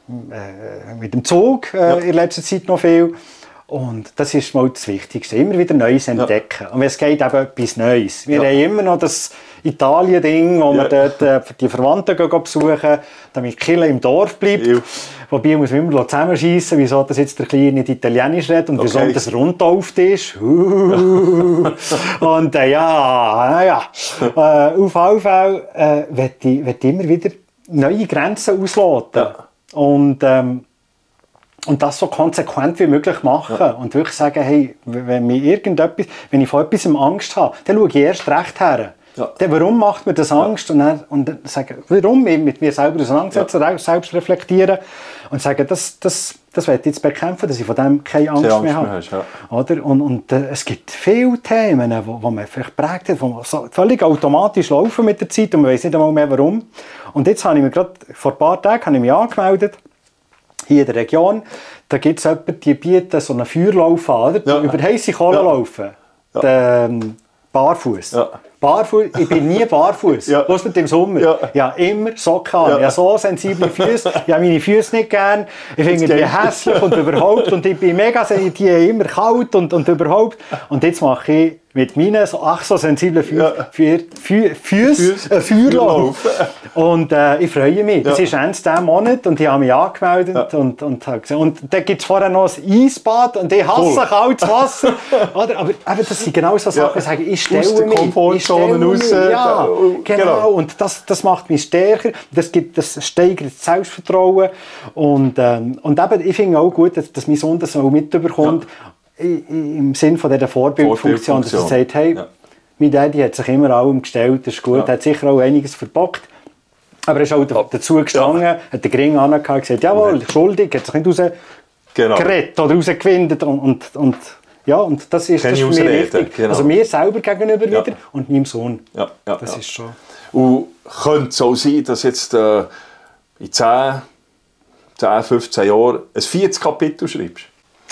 Zug in letzter Zeit noch viel. Und das ist mal das Wichtigste, immer wieder Neues entdecken. Und es geht eben etwas Neues. Wir haben immer noch das Italien-Ding, wo wir dort die Verwandten besuchen, damit die Kirche im Dorf bleibt. Wobei muss man immer zusammenschiessen, wieso das jetzt der Kleine nicht Italienisch redet und wieso das rundtauft ist. Und auf jeden Fall möchte ich immer wieder neue Grenzen ausloten. Ja. Und das so konsequent wie möglich machen. Ja. Und wirklich sagen, hey, wenn ich vor etwas Angst habe, dann schaue ich erst recht her. Ja. Dann, warum macht mir das Angst? Und dann sagen, warum mit mir selber auseinandersetzen, selbst reflektieren und sagen, das will ich jetzt bekämpfen, dass ich von dem keine Angst mehr habe. Oder? Und es gibt viele Themen, wo man vielleicht prägt hat, die so völlig automatisch laufen mit der Zeit und man weiß nicht einmal mehr warum. Und jetzt habe ich mich gerade vor ein paar Tagen angemeldet, hier in der Region, da gibt es jemanden, die bieten so einen Feuerlauf an, oder? Über heisse Kohle laufen. Ja. Barfuß. Ja. Barfuß. Ich bin nie barfuß. Was mit dem Sommer? Ja. Ja, immer Socken an. Ja. Ich habe so sensible Füße. Ich habe meine Füße nicht gern. Ich finde die hässlich und überhaupt. Und ich bin mega, die immer kalt und überhaupt. Und jetzt mache ich mit meinen so sensiblen Füßen Feuerlauf. Und ich freue mich. Das ist Ende diesen Monat und ich habe mich angemeldet und habe gesagt. Und dann gibt es vorher noch ein Eisbad und ich hasse kaltes Wasser. Oder? Aber das sind genau so Sachen, ich sage, ich stelle mich. Komfortzone raus. Ja, genau. Und das macht mich stärker. Das steigert das Selbstvertrauen. Und eben, ich finde auch gut, dass mein Sohn das auch mitbekommt. Im Sinne von dieser Vorbildfunktion, dass er sagt, hey, mein Daddy hat sich immer allem gestellt, das ist gut, er hat sicher auch einiges verbockt. Aber er ist auch dazu gestanden, hat den Ring angehabt und gesagt, jawohl, schuldig, hat sich nicht rausgerettet oder rausgewindet. Und das ist für mich wichtig. Genau. Also mir selber gegenüber wieder und meinem Sohn. Das ist schon. Und könnte es auch sein, dass jetzt in 10, 15 Jahren ein 40 Kapitel schreibst?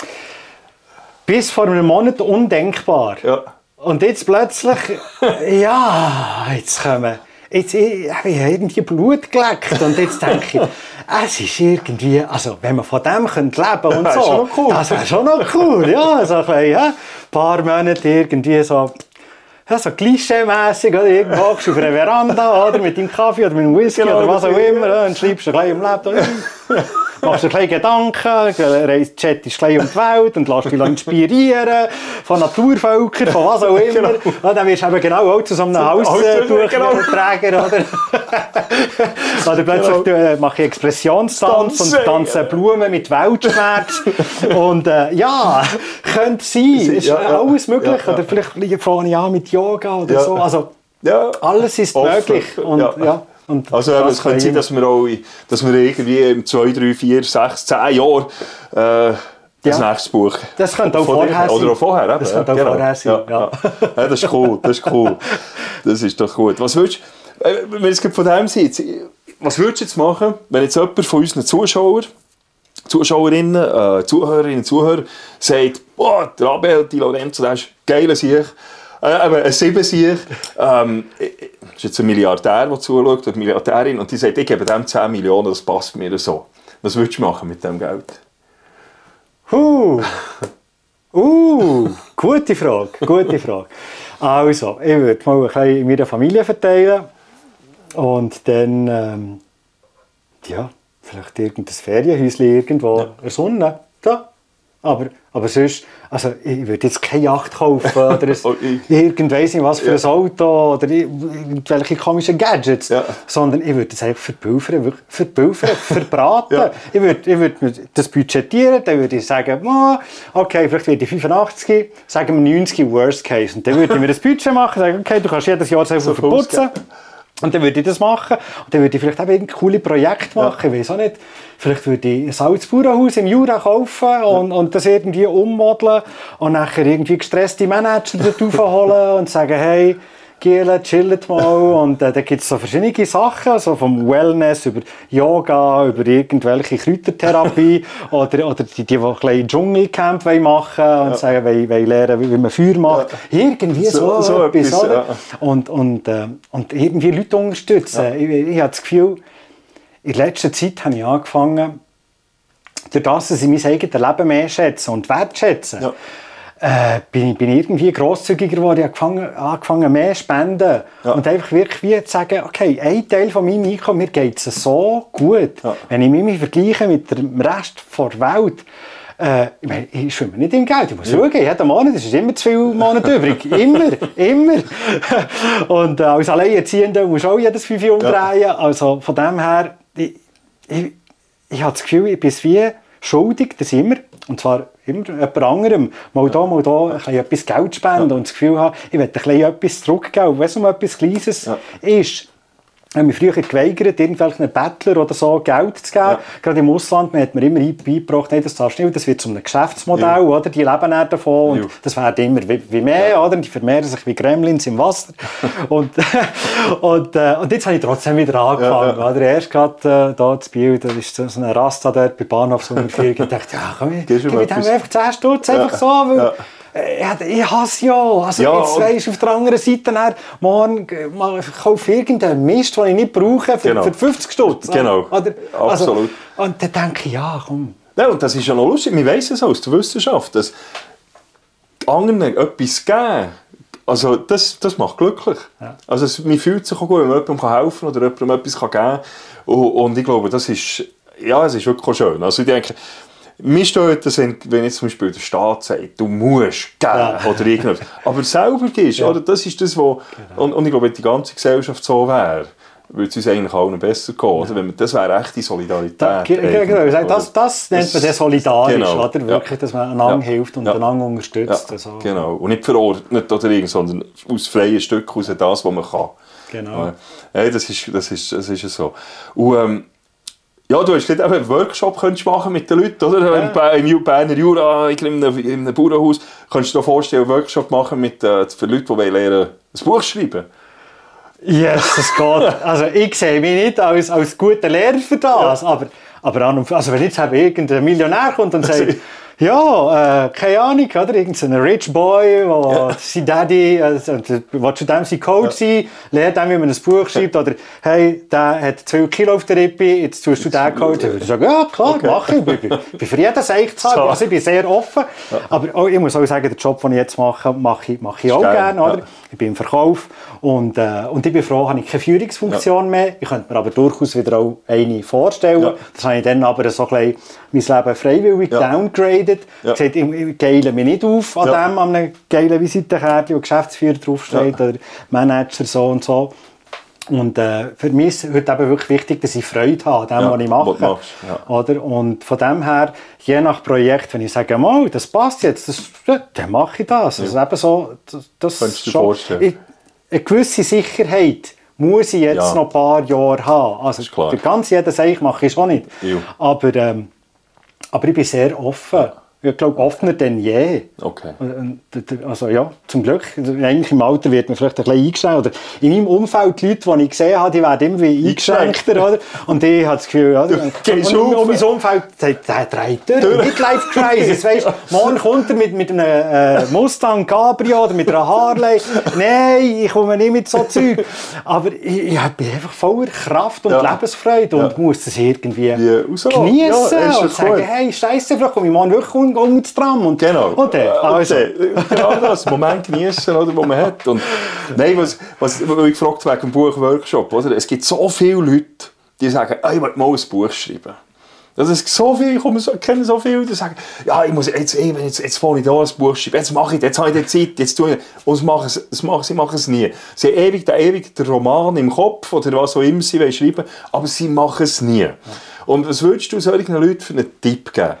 Bis vor einem Monat undenkbar. Ja. Und jetzt plötzlich, jetzt kommen. ich habe irgendwie Blut geleckt und jetzt denke ich, es ist irgendwie, also wenn man von dem leben könnte und das so, das wäre schon noch cool, ja, so ein bisschen, ja, ein paar Monate irgendwie so, ja, so klischee-mässig, oder irgendwo auf einer Veranda, oder mit deinem Kaffee oder mit dem Whisky oder was auch immer, und schreibst ein bisschen im Laptop, machst dir ein bisschen Gedanken, chattest ein bisschen um die Welt und lässt dich inspirieren von Naturvölkern, von was auch immer. Ja, dann wirst du eben genau auch zu so einem Hausdurchträger, oder? Oder plötzlich mache ich Expressionstanz und tanze Blumen mit Weltschmerz. Und ja, könnte sein, ist alles möglich. Oder vielleicht fange ich an mit Yoga oder so. Also, alles ist möglich. Und, und also es könnte sein, dass wir irgendwie in 2, 3, 4, 6, 10 Jahren das nächste Buch. Das könnte auch vorher sein. Oder auch vorher. Eben. Das könnte auch vorher sein. Ja, das ist cool. Das ist cool. Das ist doch gut. Was würdest du, wenn es von dem sitzt, was würdest du jetzt machen, wenn jetzt jemand von unseren Zuschauerinnen, Zuhörerinnen, Zuhörer sagt, boah, der Abel, die Lorenzo, der ist geiler Sieg. Ein 7-Sieg. Das ist jetzt ein Milliardär, der zuschaut, oder Milliardärin, und die sagt, ich gebe dem 10 Millionen, das passt mir so. Was würdest du machen mit dem Geld? Gute Frage. Also, ich würde mal ein bisschen in meiner Familie verteilen und dann, vielleicht irgendein Ferienhäuschen irgendwo in der Sonne. Da. Aber sonst, also ich würde jetzt keine Yacht kaufen oder weiss nicht was für ein Auto oder irgendwelche komischen Gadgets, sondern ich würde es einfach verbraten. Ich würde das budgetieren, dann würde ich sagen, okay, vielleicht werde ich 85, sagen wir 90 Worst Case. Und dann würde ich mir das Budget machen, sagen, okay, du kannst jedes Jahr selber verputzen. Und dann würde ich das machen. Und dann würde ich vielleicht auch ein cooles Projekt machen. Ich weiß auch nicht. Vielleicht würde ich ein altes Bauernhaus im Jura kaufen und das irgendwie ummodeln und nachher irgendwie gestresste Manager dort holen und sagen, hey, Giele, chillt mal. Und da gibt es so verschiedene Sachen, so vom Wellness über Yoga, über irgendwelche Kräutertherapie oder die ein bisschen Dschungelcamp machen und sagen, wollen lernen, wie man Feuer macht. Irgendwie so etwas. Oder? Und irgendwie Leute unterstützen. Ich habe das Gefühl, in letzter Zeit habe ich angefangen, durch das, dass ich mein eigenes Leben mehr schätze und wertschätze, bin ich irgendwie grosszügiger geworden. Ich habe angefangen mehr zu spenden. Und einfach wirklich wie zu sagen, okay, ein Teil von meinem Einkommen, mir geht es so gut. Wenn ich mich vergleiche mit dem Rest der Welt, ich meine, ich schwimme nicht im Geld. Ich muss schauen, jeden Monat, es ist immer zu viel Monate übrig. Immer. Und als Alleinerziehender muss ich auch jedes 5 Jahre umdrehen. Also von dem her, ich habe das Gefühl, ich bin wie schuldig, das immer. Und zwar immer jemand anderem. Mal da etwas Geld spenden und das Gefühl haben, ich will etwas zurückgeben. Wenn es um etwas Kleines ist. Ich habe mich früher geweigert, irgendwelchen Bettler oder so Geld zu geben. Gerade im Ausland hat man immer beigebracht, das zahlst du nicht, das wird zu einem Geschäftsmodell, oder? Die leben dann davon und das werden immer wie mehr, oder? Die vermehren sich wie Gremlins im Wasser. und jetzt habe ich trotzdem wieder angefangen. Oder? Erst gerade hier zu Biel, da ist so eine Rasta dort bei Bahnhofsunterführung. Ich dachte, komm, ich gebe dem einfach 10 Stutz, einfach so, weil ich hasse ja. Also jetzt weisst auf der anderen Seite morgen kaufe ich irgendeinen Mist, den ich nicht brauche, für 50 Stutz. Genau, oder, absolut. Und dann denke ich, komm. Ja, und das ist ja noch lustig, wir wissen es aus der Wissenschaft, dass anderen etwas geben, also das macht glücklich. Ja. Also man fühlt sich auch gut, wenn man jemandem helfen kann oder jemandem etwas geben kann. Und ich glaube, das ist, es ist wirklich schön. Also ich denke, mir stört das, wenn jetzt zum Beispiel der Staat sagt, du musst geben oder irgendwas. Aber selber gibst, oder? Das ist das, was... Genau. Und ich glaube, wenn die ganze Gesellschaft so wäre, würde es uns eigentlich allen besser gehen. Oder? Wenn das wäre echte Solidarität. Genau, das nennt man solidarisch, oder? Wirklich, dass man einander hilft und einander unterstützt. Ja, also. Genau. Und nicht verordnet oder irgend, sondern aus freien Stücken aus das, was man kann. Genau. Das ist so. Und, du hast gesagt, einen Workshop machen mit den Leuten, oder? Im Berner Jura, in einem Bauernhaus. Kannst du dir vorstellen, einen Workshop machen für Leute, die lernen, ein Buch schreiben? Yes, das geht. Also ich sehe mich nicht als guter Lehrer für das, aber also wenn jetzt irgendein Millionär kommt und sagt, Ja, keine Ahnung, oder? Irgendein Rich Boy, der sein Daddy, will zu dem sein Coach sein, lernt ihm, wie man ein Buch schreibt, oder hey, der hat 2 Kilo auf der Rippe, jetzt tust du den Coach. Ich sage, ja klar, mache ich. Ich bin für jeden Seich zu haben, also ich bin sehr offen. Aber auch, ich muss auch sagen, den Job, den ich jetzt mache, mache ich auch gerne, oder? Ja. Ich bin im Verkauf und ich bin froh, habe ich keine Führungsfunktion mehr. Ich könnte mir aber durchaus wieder auch eine vorstellen. Ja. Das habe ich dann aber so ein bisschen mein Leben freiwillig downgraded. Ja. Ich geile mich nicht auf an dem, an einem geilen Visitenkärtchen, wo Geschäftsführer draufsteht oder Manager so und so. Und für mich ist heute eben wirklich wichtig, dass ich Freude habe an dem, was ich mache. Oder? Und von dem her, je nach Projekt, wenn ich sage, mal, das passt jetzt, dann mache ich das. Ja. Also eben so, das kannst du dir vorstellen? Eine gewisse Sicherheit muss ich jetzt noch ein paar Jahre haben. Also für ganz jeden Seich mache ich schon nicht. Ja. Aber ich bin sehr offen. Ich glaube, offener denn je. Okay. Also ja, zum Glück. Eigentlich im Alter wird man vielleicht ein bisschen eingeschränkt. Oder in meinem Umfeld, die Leute, die ich gesehen habe, die werden immer eingeschränkter. Oder? Und ich habe das Gefühl, oder? Und mein Umfeld sagt, der dreht durch. Midlife-Crisis. Weißt, morgen kommt er mit einem Mustang Cabrio oder mit einer Harley. Nein, ich komme nicht mit so Zeug. Aber ich bin einfach voller Kraft und Lebensfreude und muss das irgendwie genießen und sagen, hey, Scheiße, vielleicht komme ich morgen wirklich ins Tram. Und, genau. Und genau das, den Moment genießen, oder, den man hat. Und, nein, was ich gefragt wegen dem Buchworkshop, oder? Es gibt so viele Leute, die sagen, ich will mal ein Buch schreiben. Das ist so viel, ich kenne so viele, die sagen, ja, ich muss jetzt fange ich da ein Buch schreiben, jetzt mache ich, jetzt habe ich die Zeit, jetzt tue ich. Und sie machen es nie. Sie haben ewig den Roman im Kopf oder was auch immer sie schreiben wollen, aber sie machen es nie. Und was würdest du solchen Leuten für einen Tipp geben?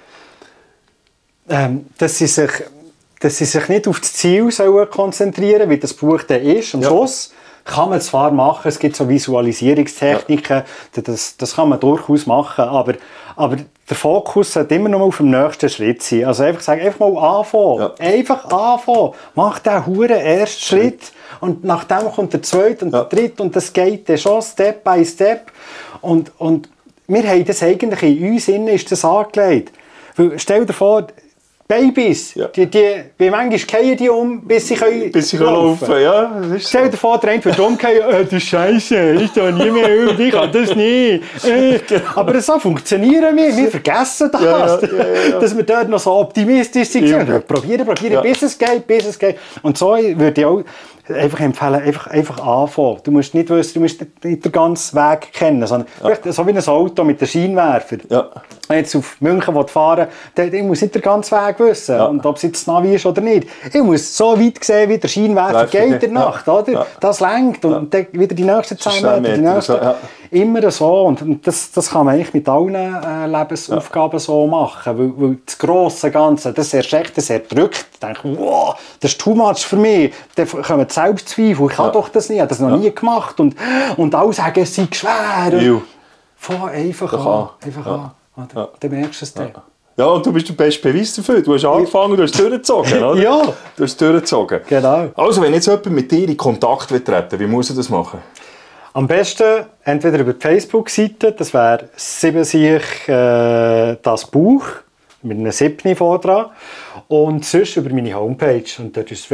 Dass sie sich nicht auf das Ziel konzentrieren sollen, wie das Buch dann ist. Am Schluss kann man zwar machen, es gibt so Visualisierungstechniken, das kann man durchaus machen, aber der Fokus sollte immer noch auf dem nächsten Schritt sein. Also einfach sagen, einfach mal anfangen. Ja. Einfach anfangen. Mach den huren ersten Schritt und nach dem kommt der zweite und der dritte und das geht dann schon Step by Step. Und wir haben das eigentlich in uns innen ist das angelegt. Weil, stell dir vor, Babys, wie manchmal fallen die um, bis sie laufen können. Ja, das ist Stell dir vor, der eine wird umfallen, das ist Scheiße, ich tue nie mehr üben, ich kann das nicht. Aber so funktionieren wir vergessen das, dass wir dort noch so optimistisch sind. Ja. Probieren, bis es geht. Und so würde ich auch einfach empfehlen, einfach anfangen. Du musst nicht wissen, du musst nicht den ganzen Weg kennen, sondern so wie ein Auto mit den Scheinwerfern. Ja. Wenn ich jetzt auf München fahren will, ich muss nicht den ganzen Weg wissen, und ob es jetzt Navi ist oder nicht. Ich muss so weit sehen, wie der Scheinwerfer geht in der Nacht. Oder? Ja. Das lenkt und dann wieder die nächsten 10 Meter, die nächsten, immer so. Und das kann man eigentlich mit allen Lebensaufgaben so machen, weil das grosse Ganze, das erdrückt. Ich denke, wow, das ist too much für mich. Dann kommen die Selbstzweifel, ich kann doch das nicht, ich habe das noch nie gemacht. Und alle sagen, es sei schwer. Fang einfach an. Dann merkst du es dann. Ja, und du bist der beste Beweis dafür. Du hast angefangen, du hast es durchgezogen, oder? Ja. Du hast es durchgezogen. Genau. Also, wenn jetzt jemand mit dir in Kontakt treten will, wie muss er das machen? Am besten entweder über die Facebook-Seite, das wäre «7sich das Buch», mit einem 7 dran, und sonst über meine Homepage. Und dort ist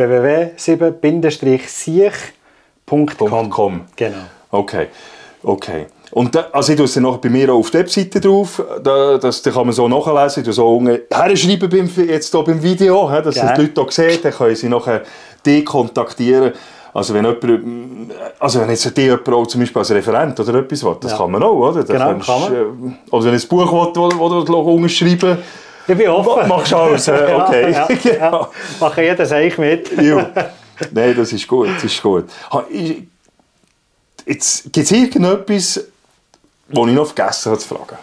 www.7-sich.com. Genau. Okay. Und also ich tue es dann noch bei mir auch auf der Webseite drauf, da kann man so nachlesen, ich so herschreiben jetzt hier beim Video, dass die Leute hier sehen, dann können sie nachher dich kontaktieren. Also wenn jetzt dich jemand auch zum Beispiel als Referent oder etwas will, das kann man auch, oder? Genau, kann man. Oder wenn ein Buch will, du unterschreiben. Ich bin offen. Machst du alles, okay. Ja. Mache jeder Seich mit. Nein, das ist gut. Jetzt gibt es irgendetwas, was ich noch vergessen habe zu fragen?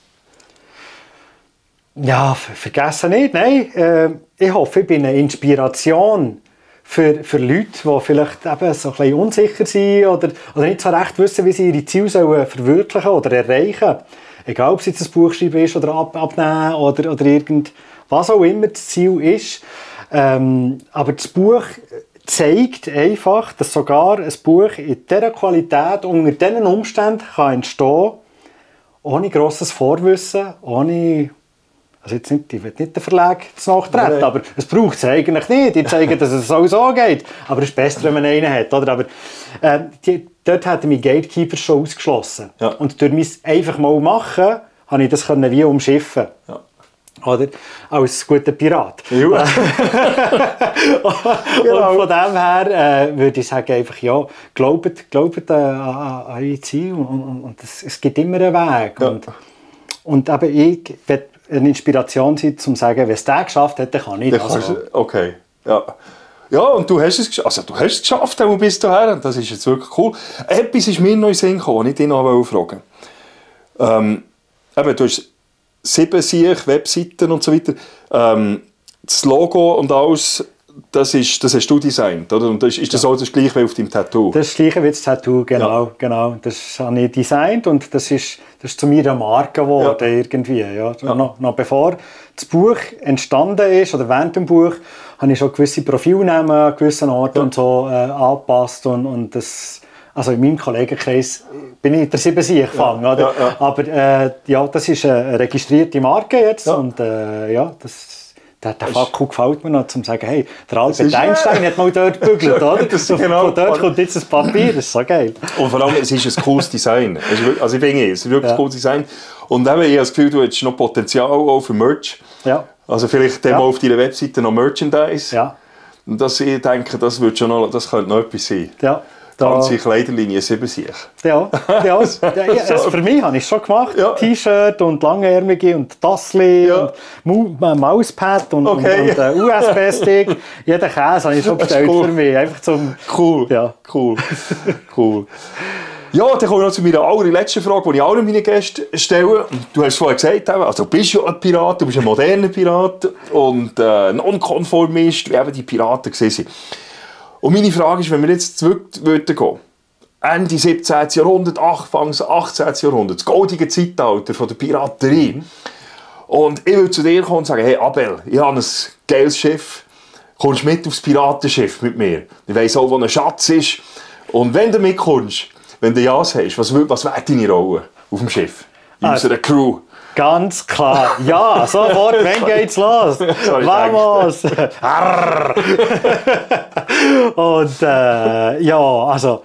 Ja, vergessen nicht, nein. Ich hoffe, ich bin eine Inspiration für Leute, die vielleicht eben so ein bisschen unsicher sind oder nicht so recht wissen, wie sie ihre Ziele verwirklichen oder erreichen. Egal, ob es jetzt ein Buch schreiben ist oder abnehmen oder was auch immer das Ziel ist. Aber das Buch zeigt einfach, dass sogar ein Buch in dieser Qualität unter diesen Umständen kann entstehen, ohne grosses Vorwissen, ohne Also jetzt nicht, ich will nicht den Verlag nachtreten, aber es braucht es eigentlich nicht. Die zeigen, dass es so geht. Aber es ist besser, wenn man einen hat. Oder? Aber dort hätten mich Gatekeeper schon ausgeschlossen. Ja. Und durch mein einfach mal machen, konnte ich das wie umschiffen. Ja. Oder? Als guter Pirat. Ja. Und von dem her würde ich sagen, einfach, ja, glaubt an eure Ziele und es gibt immer einen Weg. Ja. Und eben ich will eine Inspiration sein, um zu sagen, wenn es der geschafft hat, dann kann ich das. Okay, ja. Ja, und du hast es geschafft. Also, du hast es geschafft, auch bis dahin. Und das ist jetzt wirklich cool. Etwas ist mir noch in den Sinn gekommen, was ich dich noch fragen wollte. Eben, du hast 7 Webseiten und so weiter. Das Logo und alles, das hast du designt, oder? Und ist das auch das Gleiche wie auf deinem Tattoo? Das ist das Gleiche wie das Tattoo, genau. Das habe ich designt und das ist zu meiner Marke geworden, irgendwie. Ja. Noch bevor das Buch entstanden ist, oder während dem Buch, habe ich schon gewisse Profilnamen an gewissen Orten und so angepasst und das... Also in meinem Kollegenkreis bin ich der 7 gefangen, oder? Ja. Aber das ist eine registrierte Marke jetzt und der Fakku gefällt mir noch, um zu sagen, hey, der Albert Einstein hat mal dort gebügelt, oder? Von dort kommt jetzt das Papier, das ist so geil. Und vor allem, es ist ein cooles Design. Also ich finde, es ist wirklich ein cooles Design. Und eben, ich habe das Gefühl, du hättest noch Potenzial auch für Merch. Ja. Also vielleicht mal auf deiner Webseite noch Merchandise. Ja. Und ich denke, das könnte noch etwas sein. Ja. Ganze Kleiderlinie 7 sich. Ja. Also für mich habe ich es schon gemacht. Ja. T-Shirt und langärmige und Tassli und Mauspad und USB-Stick. Jeden Käse habe ich schon bestellt für mich. Einfach zum... Cool. Ja. Cool. Ja, dann kommen wir noch zu meiner allerletzten Frage, die ich allen meinen Gästen stelle. Du hast vorhin gesagt, also du bist ja ein Pirat, du bist ein moderner Pirat und Nonkonformist, wie eben die Piraten waren. Und meine Frage ist, wenn wir jetzt zurück gehen, Ende 17. Jahrhundert, Anfang 18. Jahrhundert, das goldige Zeitalter von der Piraterie. Und ich würde zu dir kommen und sagen, hey Abel, ich habe ein geiles Schiff, kommst mit aufs Piratenschiff mit mir? Ich weiss auch, wo ein Schatz ist. Und wenn du mitkommst, wenn du ja sagst, was wäre deine Rolle auf dem Schiff, in unserer Crew? Ganz klar. Ja, sofort, wenn geht's los? Vamos! Und also,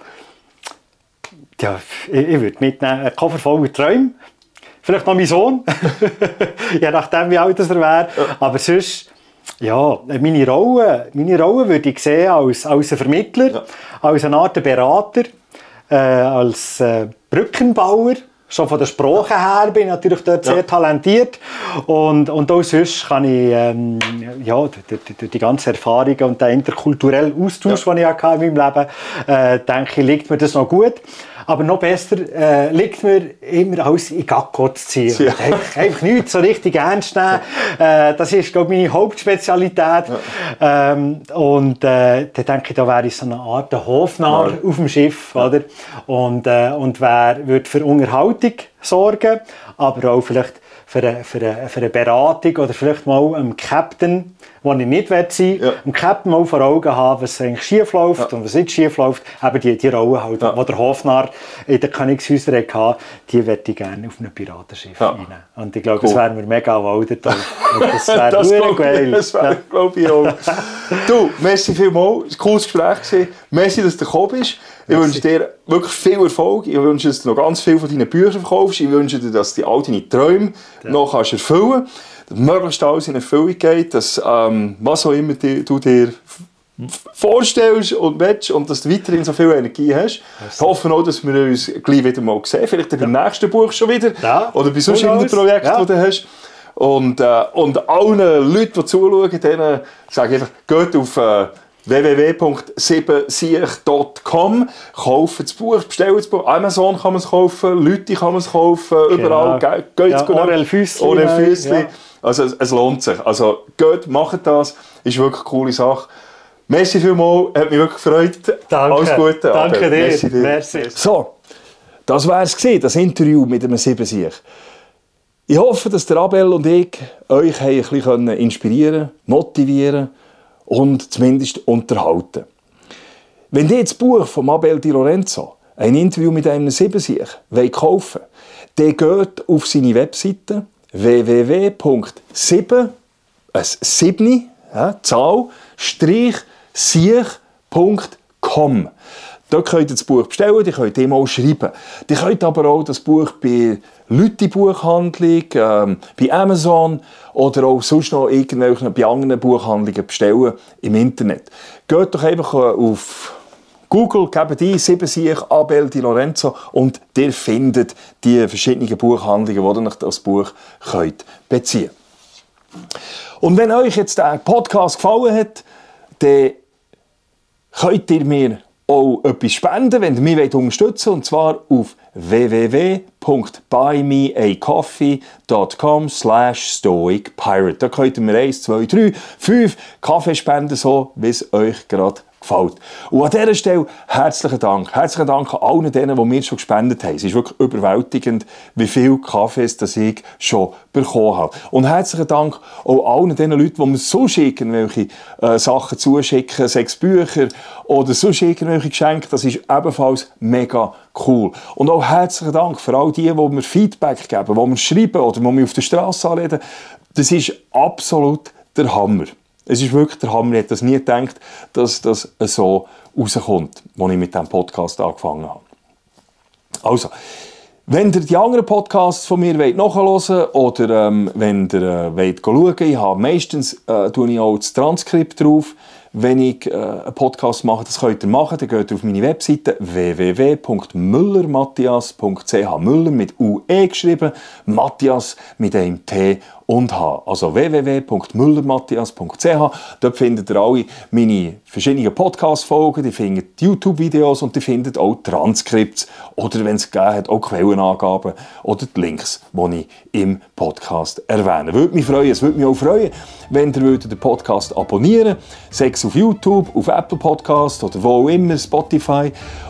ich würde mitnehmen, einen Koffer voller Träume. Vielleicht noch mein Sohn. Je nachdem, wie alt er wäre. Aber sonst, ja, meine Rolle würde ich sehen als ein Vermittler, als eine Art Berater, als Brückenbauer. Schon von der Sprache her bin ich natürlich dort sehr talentiert. Und auch sonst kann ich durch die ganzen Erfahrungen und den interkulturellen Austausch, den ich hatte in meinem Leben, denke ich, liegt mir das noch gut. Aber noch besser liegt mir immer alles in Gacko zu ziehen. Ja. Einfach nichts so richtig ernst nehmen. Das ist, glaube ich, meine Hauptspezialität. Ja. Und dann denke ich, da wäre ich so eine Art Hofnarr auf dem Schiff. Oder? Und würde für Unterhaltung sorgen, aber auch vielleicht für eine Beratung oder vielleicht mal einem Captain, wo ich nicht sein will, dem Captain mal vor Augen haben, was eigentlich schief läuft und was nicht schief läuft. Aber die Rolle halt, die der Hofnarr in den Königshäusern hatte, die möchte ich gerne auf einem Piratenschiff rein. Und ich glaube, das wäre mir mega waldet. Das wäre geil. Das wäre, glaube ich, auch. Du, merci vielmals. Es war ein cooles Gespräch. Merci, dass du gekommen bist. Ich wünsche dir wirklich viel Erfolg. Ich wünsche, dass du noch ganz viel von deinen Büchern verkaufst. Ich wünsche dir, dass du all deine Träume noch erfüllen kannst. Dass möglichst alles in Erfüllung geht. Dass was auch immer du dir vorstellst und willst und dass du weiterhin so viel Energie hast. Ich hoffe auch, dass wir uns gleich wieder mal sehen. Vielleicht beim nächsten Buch schon wieder. Ja. Oder bei sonst irgendeinem Projekt, das du hast. Und allen Leuten, die zuschauen, denen sage ich einfach, geht auf www.7sich.com, kaufen das Buch, bestellen das Buch. Amazon kann man es kaufen, Leute kann man es kaufen, überall. Geht Orel Füssli. Ja. Also es lohnt sich. Also geht, macht das. Ist wirklich eine coole Sache. Merci vielmals, hat mich wirklich gefreut. Danke. Alles Gute. Danke dir. Merci. So, das war es gewesen, das Interview mit dem 7sich. Ich hoffe, dass der Abel und ich euch ein bisschen inspirieren, motivieren und zumindest unterhalten. Wenn ihr das Buch von Abel Di Lorenzo, ein Interview mit einem 7sich, kaufen wollt, dann geht auf seine Webseite www.7, siech.com. Dort könnt ihr das Buch bestellen, ihr könnt ihm auch schreiben. Ihr könnt aber auch das Buch bei Leute-Buchhandlung, bei Amazon oder auch sonst noch bei anderen Buchhandlungen bestellen im Internet. Geht doch einfach auf Google, gebt ein 7 Siech Abel Di Lorenzo und ihr findet die verschiedenen Buchhandlungen, wo ihr euch das Buch könnt beziehen könnt. Und wenn euch jetzt der Podcast gefallen hat, dann könnt ihr mir auch etwas spenden, wenn ihr mich unterstützen wollt, und zwar auf www.buymeacoffee.com/stoicpirate. Da könnt ihr mir 1, 2, 3, 5 Kaffee spenden, so wie es euch gerade gefällt. Und an dieser Stelle herzlichen Dank. Herzlichen Dank an allen denen, die mir schon gespendet haben. Es ist wirklich überwältigend, wie viele Kaffees das ich schon bekommen habe. Und herzlichen Dank auch allen den Leuten, die mir sonst irgendwelche Sachen zuschicken, 6 Bücher oder sonst irgendwelche Geschenke. Das ist ebenfalls mega cool. Und auch herzlichen Dank für all die mir Feedback geben, die mir schreiben oder die mich auf der Straße anreden. Das ist absolut der Hammer. Es ist wirklich der Hammer. Ich hätte das nie gedacht, dass das so rauskommt, als ich mit diesem Podcast angefangen habe. Also, wenn ihr die anderen Podcasts von mir nachhören wollt oder wenn ihr schauen wollt, ich habe meistens tue ich auch das Transkript drauf, wenn ich einen Podcast mache. Das könnt ihr machen. Dann geht ihr auf meine Webseite www.müllermatthias.ch. Müller mit UE geschrieben, Matthias mit einem T und H. Also www.müllermatthias.ch. Dort findet ihr alle meine verschiedenen Podcast-Folgen, ihr findet YouTube-Videos und ihr findet auch Transkripts oder, wenn es gegeben hat, auch Quellenangaben oder die Links, die ich im Podcast erwähne. Würde mich freuen. Es würde mich auch freuen, wenn ihr den Podcast abonnieren würdet. Sei es auf YouTube, auf Apple Podcast oder wo auch immer, Spotify.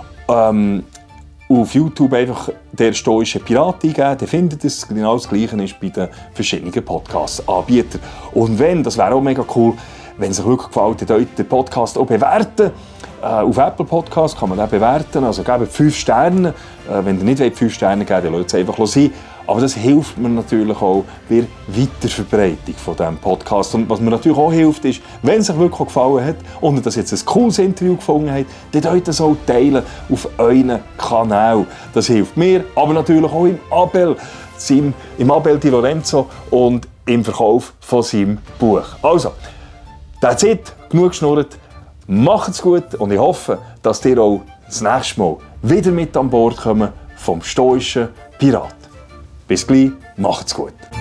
Auf YouTube einfach «Der stoische Pirat» eingeben, dann findet ihr es. Genau das Gleiche ist bei den verschiedenen Podcast-Anbietern. Und wenn, das wäre auch mega cool, wenn es euch wirklich gefällt, könnt den Podcast auch bewerten. Auf Apple Podcast kann man den bewerten, also gebt 5 Sterne. Wenn ihr nicht 5 Sterne gebt, dann lasst es einfach sein. Aber das hilft mir natürlich auch bei der Weiterverbreitung von diesem Podcast. Und was mir natürlich auch hilft, ist, wenn es euch wirklich gefallen hat und ihr das jetzt ein cooles Interview gefunden habt, dann könnt ihr das auch teilen auf euren Kanal. Das hilft mir, aber natürlich auch im Abel Di Lorenzo und im Verkauf von seinem Buch. Also, that's it, genug geschnurrt. Macht's gut und ich hoffe, dass ihr auch das nächste Mal wieder mit an Bord kommt vom stoischen Pirat. Bis gleich, macht's gut.